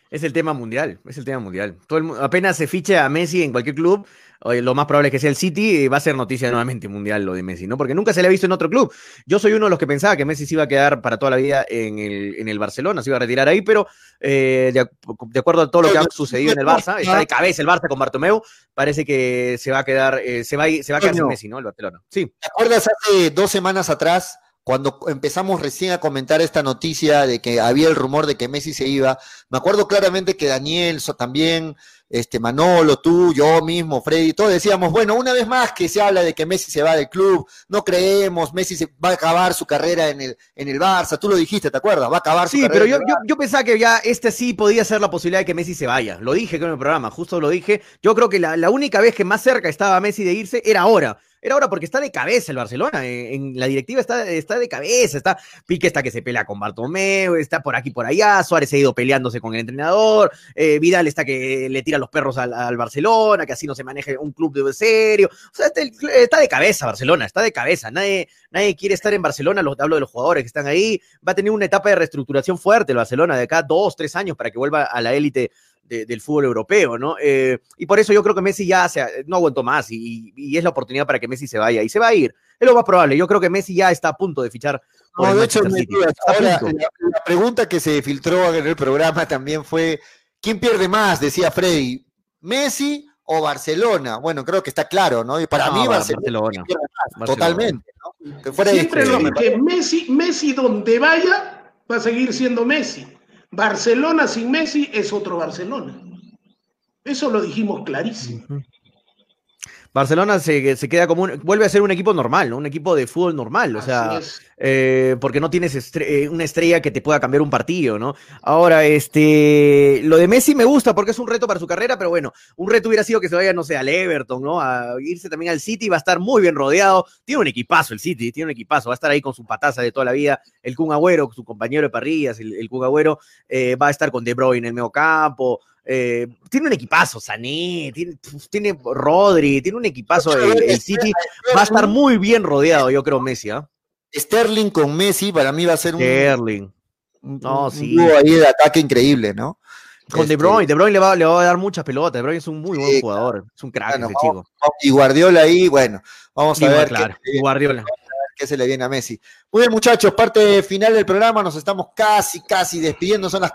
Es el tema mundial, es el tema mundial. Apenas se fiche a Messi en cualquier club, lo más probable es que sea el City, va a ser noticia nuevamente mundial lo de Messi, ¿no? Porque nunca se le ha visto en otro club. Yo soy uno de los que pensaba que Messi se iba a quedar para toda la vida en el Barcelona, se iba a retirar ahí, pero de acuerdo a todo lo que ha sucedido en el Barça, está de cabeza el Barça con Bartomeu, parece que se va a quedar, se va a quedar sin Messi, ¿no? El Barcelona. Sí.
¿Te acuerdas hace 2 semanas atrás? Cuando empezamos recién a comentar esta noticia de que había el rumor de que Messi se iba, me acuerdo claramente que Daniel, también, Manolo, tú, yo mismo, Freddy, todos decíamos, bueno, una vez más que se habla de que Messi se va del club, no creemos, Messi va a acabar su carrera en el Barça, tú lo dijiste, ¿te acuerdas? Va a acabar su carrera.
Sí, pero yo pensaba que ya sí podía ser la posibilidad de que Messi se vaya, lo dije en el programa, justo lo dije, yo creo que la única vez que más cerca estaba Messi de irse era ahora. Era ahora porque está de cabeza el Barcelona, en la directiva está de cabeza, Piqué está que se pelea con Bartomeu, está por aquí por allá, Suárez ha ido peleándose con el entrenador, Vidal está que le tira los perros al Barcelona, que así no se maneje un club de serio, o sea, está de cabeza Barcelona, está de cabeza, nadie quiere estar en Barcelona, hablo de los jugadores que están ahí, va a tener una etapa de reestructuración fuerte el Barcelona de acá 2-3 años para que vuelva a la élite del fútbol europeo, ¿no? Y por eso yo creo que Messi ya no aguantó más y es la oportunidad para que Messi se vaya y se va a ir. Es lo más probable. Yo creo que Messi ya está a punto de fichar por el Manchester City.
Ahora, la pregunta que se filtró en el programa también fue ¿quién pierde más? Decía Freddy, ¿Messi o Barcelona? Bueno, creo que está claro, ¿no? Y para mí Barcelona pierde más, totalmente, ¿no? Que fuera
siempre lo dije, Messi donde vaya va a seguir siendo Messi. Barcelona sin Messi es otro Barcelona. Eso lo dijimos clarísimo.
Barcelona se queda como vuelve a ser un equipo normal, ¿no? Un equipo de fútbol normal, o sea, porque no tienes una estrella que te pueda cambiar un partido, ¿no? Ahora, lo de Messi me gusta porque es un reto para su carrera, pero bueno, un reto hubiera sido que se vaya, no sé, al Everton, ¿no? A irse también al City, va a estar muy bien rodeado, tiene un equipazo el City, tiene un equipazo, va a estar ahí con su pataza de toda la vida, el Kun Agüero, su compañero de parrillas, el Kun Agüero, va a estar con De Bruyne en el medio campo, tiene un equipazo, Sané, tiene Rodri, tiene un equipazo, el City va a estar muy bien rodeado, yo creo, Messi, ¿ah?
Sterling con Messi para mí va a ser
un
dúo ahí de ataque increíble, ¿no?
Con De Bruyne le va a dar muchas pelotas, De Bruyne es un muy buen jugador, es un crack ese chico.
Y Guardiola ahí, bueno, vamos a ver.
Claro, Guardiola.
Que se le viene a Messi. Muy bien, muchachos, parte final del programa, nos estamos casi despidiendo, son las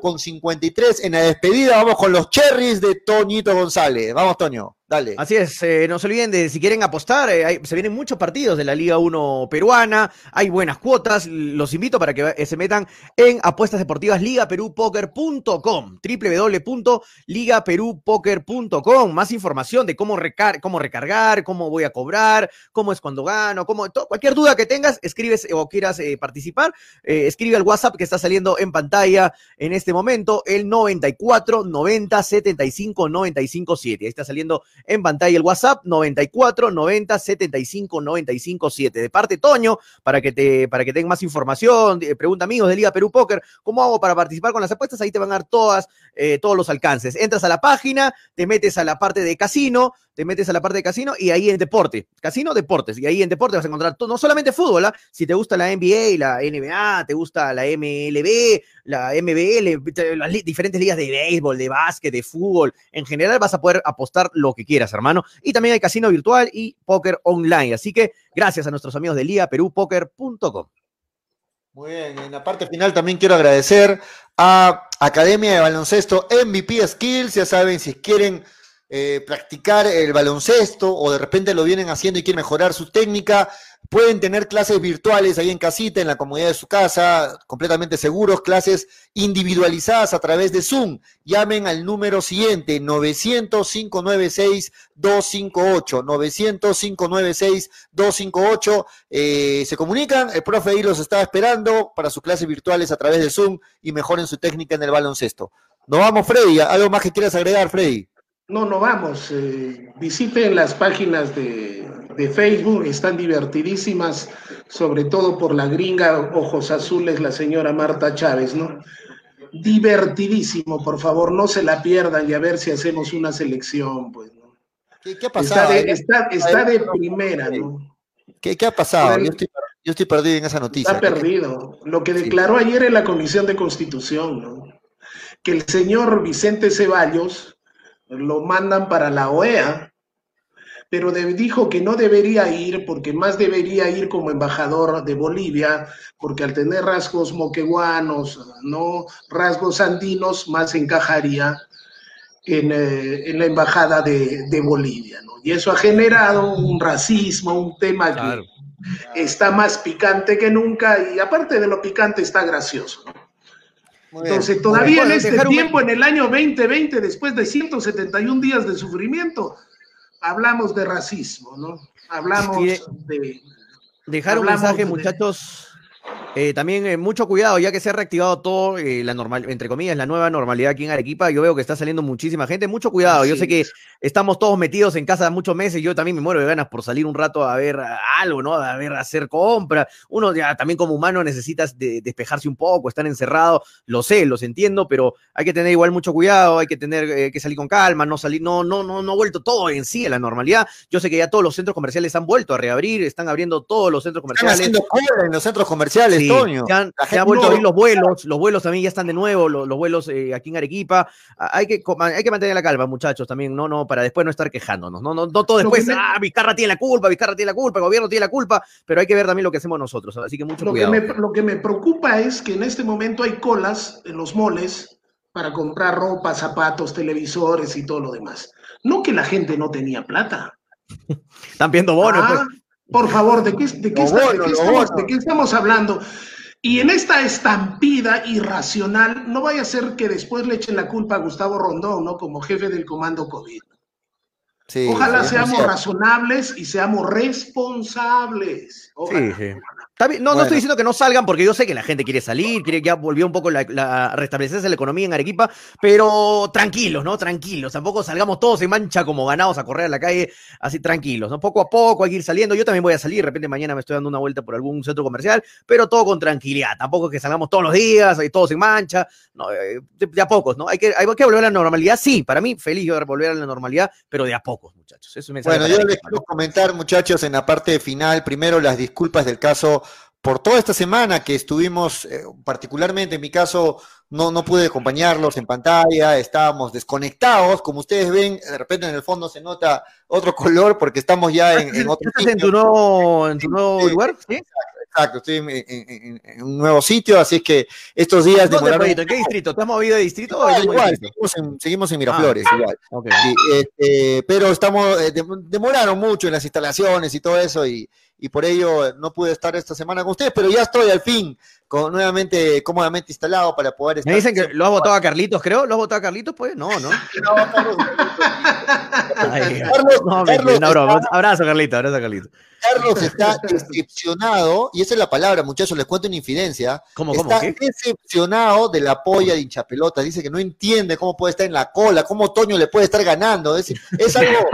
4:53. En la despedida vamos con los cherries de Toñito González. Vamos, Toño, dale.
Así es, no se olviden de, si quieren apostar, se vienen muchos partidos de la Liga 1 peruana, hay buenas cuotas, los invito para que se metan en apuestas deportivas ligaperupoker.com, www.ligaperupoker.com, más información de cómo recargar, cómo voy a cobrar, cómo es cuando gano, cualquier duda que tengas, escribes o quieras participar, escribe al WhatsApp que está saliendo en pantalla en este momento, el 94 90 75 95 7. Ahí está saliendo en pantalla el WhatsApp, 94 90 75 95 7. De parte Toño, para que tengan más información, pregunta amigos de Liga Perú Póker, ¿cómo hago para participar con las apuestas? Ahí te van a dar todos los alcances. Entras a la página, te metes a la parte de casino, y ahí en deporte, casino, deportes, y ahí en deporte vas a encontrar no solamente fútbol, si te gusta la NBA, la NBA, te gusta la MLB, la MBL, las diferentes ligas de béisbol, de básquet, de fútbol, en general vas a poder apostar lo que quieras, hermano, y también hay casino virtual y póker online, así que gracias a nuestros amigos de ligaperupoker.com.
Muy bien, en la parte final también quiero agradecer a Academia de Baloncesto MVP Skills, ya saben, si quieren practicar el baloncesto o de repente lo vienen haciendo y quieren mejorar su técnica, pueden tener clases virtuales ahí en casita, en la comodidad de su casa, completamente seguros, clases individualizadas a través de Zoom. Llamen al número siguiente, 900-596-258, 900-596-258, se comunican, el profe ahí los está esperando para sus clases virtuales a través de Zoom y mejoren su técnica en el baloncesto. Nos vamos, Freddy, ¿algo más que quieras agregar, Freddy?
No vamos. Visiten las páginas de Facebook, están divertidísimas, sobre todo por la gringa ojos azules, la señora Marta Chávez, ¿no? Divertidísimo, por favor, no se la pierdan y a ver si hacemos una selección, pues, ¿no?
¿Qué ha pasado?
Está de primera, ¿no?
¿Qué ha pasado? Yo estoy perdido en esa noticia.
Está perdido. Lo que declaró ayer en la Comisión de Constitución, ¿no? que el señor Vicente Ceballos lo mandan para la OEA, pero dijo que no debería ir porque más debería ir como embajador de Bolivia, porque al tener rasgos moqueguanos, no rasgos andinos, más encajaría en la embajada de Bolivia, ¿no? Y eso ha generado un racismo, un tema que está más picante que nunca, y aparte de lo picante está gracioso, ¿no? Entonces, todavía en este tiempo, en el año 2020, después de 171 días de sufrimiento, hablamos de racismo, ¿no? Hablamos de...
Dejar un mensaje, muchachos. También mucho cuidado, ya que se ha reactivado todo, entre comillas, la nueva normalidad aquí en Arequipa. Yo veo que está saliendo muchísima gente. Mucho cuidado. Yo sé que estamos todos metidos en casa muchos meses. Yo también me muero de ganas por salir un rato a ver algo, ¿no? A ver, a hacer compra. Uno ya también como humano necesita despejarse un poco, estar encerrado. Lo sé, los entiendo, pero hay que tener igual mucho cuidado. Hay que tener que salir con calma, no salir, no ha vuelto todo en sí a la normalidad. Yo sé que ya todos los centros comerciales han vuelto a reabrir, están abriendo todos los centros comerciales.
Están haciendo cola en los centros comerciales. Sí,
se han vuelto a abrir los vuelos también ya están de nuevo, los vuelos aquí en Arequipa. Hay que mantener la calma, muchachos, también, no, para después no estar quejándonos, no todo después, Vizcarra tiene la culpa, el gobierno tiene la culpa, pero hay que ver también lo que hacemos nosotros, así que mucho cuidado.
Lo que me preocupa es que en este momento hay colas en los moles para comprar ropa, zapatos, televisores y todo lo demás. No que la gente no tenía plata.
Están viendo bonos, pues.
Por favor, ¿de qué estamos hablando? Y en esta estampida irracional, no vaya a ser que después le echen la culpa a Gustavo Rondón, ¿no? Como jefe del comando COVID. Sí, ojalá seamos razonables y seamos responsables. Ojalá. Sí.
No estoy diciendo que no salgan, porque yo sé que la gente quiere salir, quiere que ya volvió un poco a restablecerse la economía en Arequipa, pero tranquilos, ¿no? Tranquilos. Tampoco salgamos todos en mancha como ganados a correr a la calle, así tranquilos, ¿no? Poco a poco hay que ir saliendo. Yo también voy a salir, de repente mañana me estoy dando una vuelta por algún centro comercial, pero todo con tranquilidad. Tampoco que salgamos todos los días, todos en mancha, no, de a pocos, ¿no? Hay que volver a la normalidad, sí, para mí, feliz yo de volver a la normalidad, pero de a pocos, muchachos. Eso
bueno, yo les quiero comentar, muchachos, en la parte final, primero las disculpas del caso por toda esta semana que estuvimos, particularmente en mi caso, no pude acompañarlos en pantalla, estábamos desconectados, como ustedes ven, de repente en el fondo se nota otro color porque estamos ya en otro
sitio. ¿En tu nuevo lugar? ¿Sí?
Exacto, estoy en un nuevo sitio, así es que estos días demoraron...
¿En qué distrito? ¿Te has movido de distrito?
Igual, seguimos en Miraflores, igual. Okay. Pero demoraron mucho en las instalaciones y todo eso, y por ello no pude estar esta semana con ustedes, pero ya estoy al fin nuevamente cómodamente instalado para poder estar.
Me dicen que lo has votado a Carlitos, creo. ¿Lo has votado a Carlitos? Pues no. Carlos, una broma. Abrazo, Carlitos.
Carlos está decepcionado, y esa es la palabra, muchachos, les cuento una infidencia. Está decepcionado de la polla de hinchapelotas. Dice que no entiende cómo puede estar en la cola, cómo Toño le puede estar ganando. Es algo.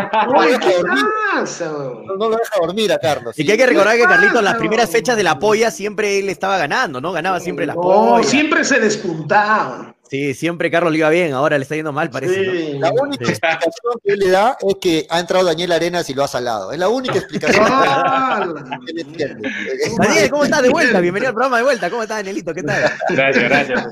No lo deja dormir a Carlos.
Y que hay que recordar que Carlitos, las primeras fechas de la polla, siempre él estaba ganando, ¿no? Ganaba siempre la polla.
Siempre se despuntaba.
Sí, siempre Carlos le iba bien, ahora le está yendo mal, parece. Sí.
¿No? La única explicación que él le da es que ha entrado Daniel Arenas y lo ha salado. Es la única explicación que le entiende.
Daniel, ¿cómo estás de vuelta? Bienvenido al programa de vuelta. ¿Cómo estás, Danielito? ¿Qué tal?
Gracias.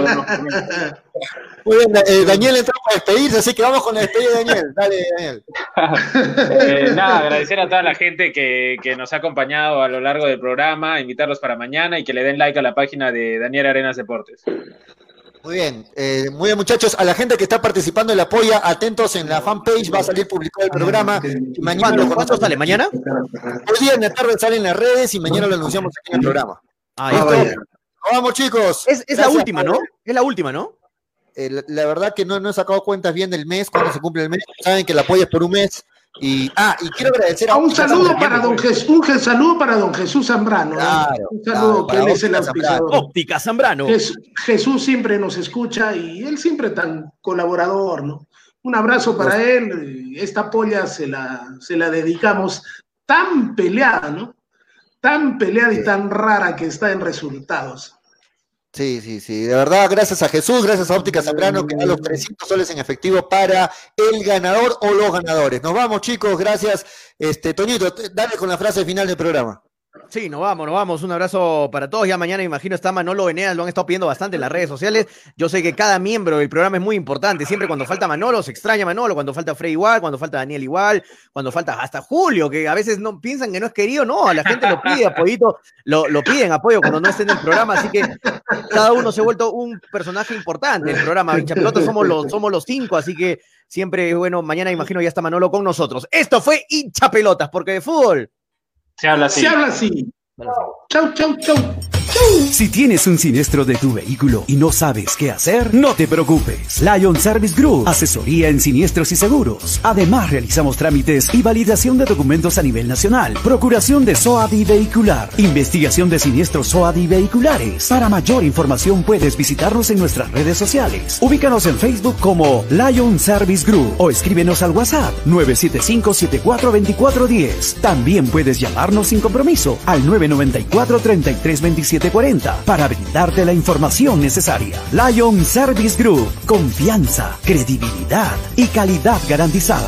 Muy bien, Daniel entró para despedirse, así que vamos con la despedida de Daniel. Dale, Daniel.
Agradecer a toda la gente que nos ha acompañado a lo largo del programa, invitarlos para mañana y que le den like a la página de Daniel Arenas Deportes.
Muy bien, muchachos, a la gente que está participando en la polla, atentos en la fanpage, va a salir publicado el programa.
¿Cuándo sale? ¿Mañana?
Hoy día en la tarde sale en las redes y mañana lo anunciamos aquí en el programa. Vamos, chicos.
Es la última, ¿no? Es la última, ¿no?
La verdad que no he sacado cuentas bien del mes, cuando se cumple el mes. Saben que la polla es por un mes. Y quiero agradecer a
un saludo para don Jesús Zambrano.
Claro,
un saludo que él es el auspiciador.
Óptica Zambrano.
Jesús siempre nos escucha y él siempre tan colaborador, ¿no? Un abrazo para él. Esta polla se la dedicamos tan peleada, ¿no? Tan peleada y tan rara que está en resultados.
Sí, de verdad, gracias a Jesús, gracias a Óptica Zambrano, que da los 300 soles en efectivo para el ganador o los ganadores. Nos vamos, chicos, gracias. Toñito, dale con la frase final del programa.
Sí, nos vamos. Un abrazo para todos. Ya mañana, imagino, está Manolo Venegas, lo han estado pidiendo bastante en las redes sociales. Yo sé que cada miembro del programa es muy importante. Siempre cuando falta Manolo, se extraña Manolo. Cuando falta Frey igual, cuando falta Daniel igual, cuando falta hasta Julio, que a veces no piensan que no es querido. No, a la gente lo pide, apoyito, lo piden apoyo cuando no esté en el programa. Así que cada uno se ha vuelto un personaje importante en el programa. Hinchapelotas somos los 5, así que siempre, bueno, mañana imagino ya está Manolo con nosotros. Esto fue Hinchapelotas, porque de fútbol
se habla así.
Se habla así. Chau, chau, chau.
Si tienes un siniestro de tu vehículo y no sabes qué hacer, no te preocupes. Lion Service Group, asesoría en siniestros y seguros. Además, realizamos trámites y validación de documentos a nivel nacional, procuración de SOADI vehicular, investigación de siniestros SOADI vehiculares. Para mayor información puedes visitarnos en nuestras redes sociales. Ubícanos en Facebook como Lion Service Group o escríbenos al WhatsApp 975-742410. También puedes llamarnos sin compromiso al 994-332740 para brindarte la información necesaria. Lion Service Group, confianza, credibilidad y calidad garantizada.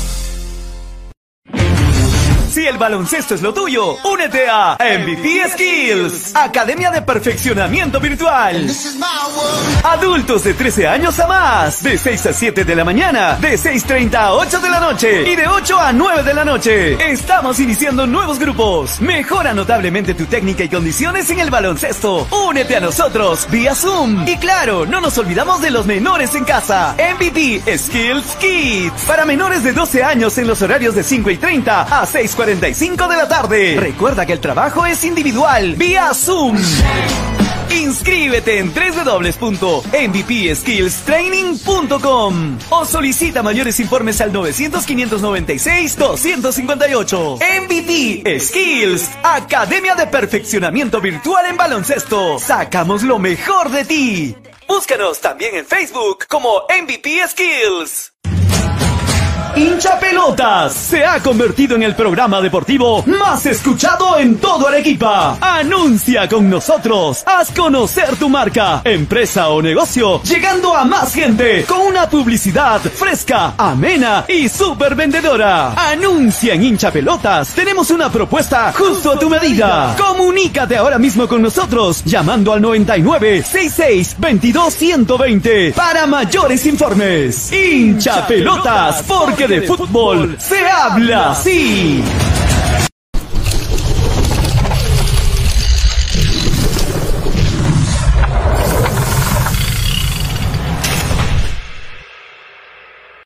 Si el baloncesto es lo tuyo, únete a MVP Skills, Academia de Perfeccionamiento Virtual. Adultos de 13 años a más, de 6 a 7 de la mañana, de 6:30 a 8 de la noche y de 8 a 9 de la noche. Estamos iniciando nuevos grupos. Mejora notablemente tu técnica y condiciones en el baloncesto. Únete a nosotros vía Zoom. Y claro, no nos olvidamos de los menores en casa. MVP Skills Kids, para menores de 12 años en los horarios de 5:30 a 6:45 de la tarde. Recuerda que el trabajo es individual vía Zoom. Inscríbete en www.mvpskillstraining.com o solicita mayores informes al 900-596-258. MVP Skills, Academia de Perfeccionamiento Virtual en Baloncesto. Sacamos lo mejor de ti. Búscanos también en Facebook como MVP Skills. Hinchapelotas se ha convertido en el programa deportivo más escuchado en todo Arequipa. Anuncia con nosotros. Haz conocer tu marca, empresa o negocio, llegando a más gente con una publicidad fresca, amena y súper vendedora. Anuncia en Hinchapelotas. Tenemos una propuesta justo a tu medida. Comunícate ahora mismo con nosotros llamando al 99-66-22-120 para mayores informes. Hinchapelotas, porque de fútbol se habla así.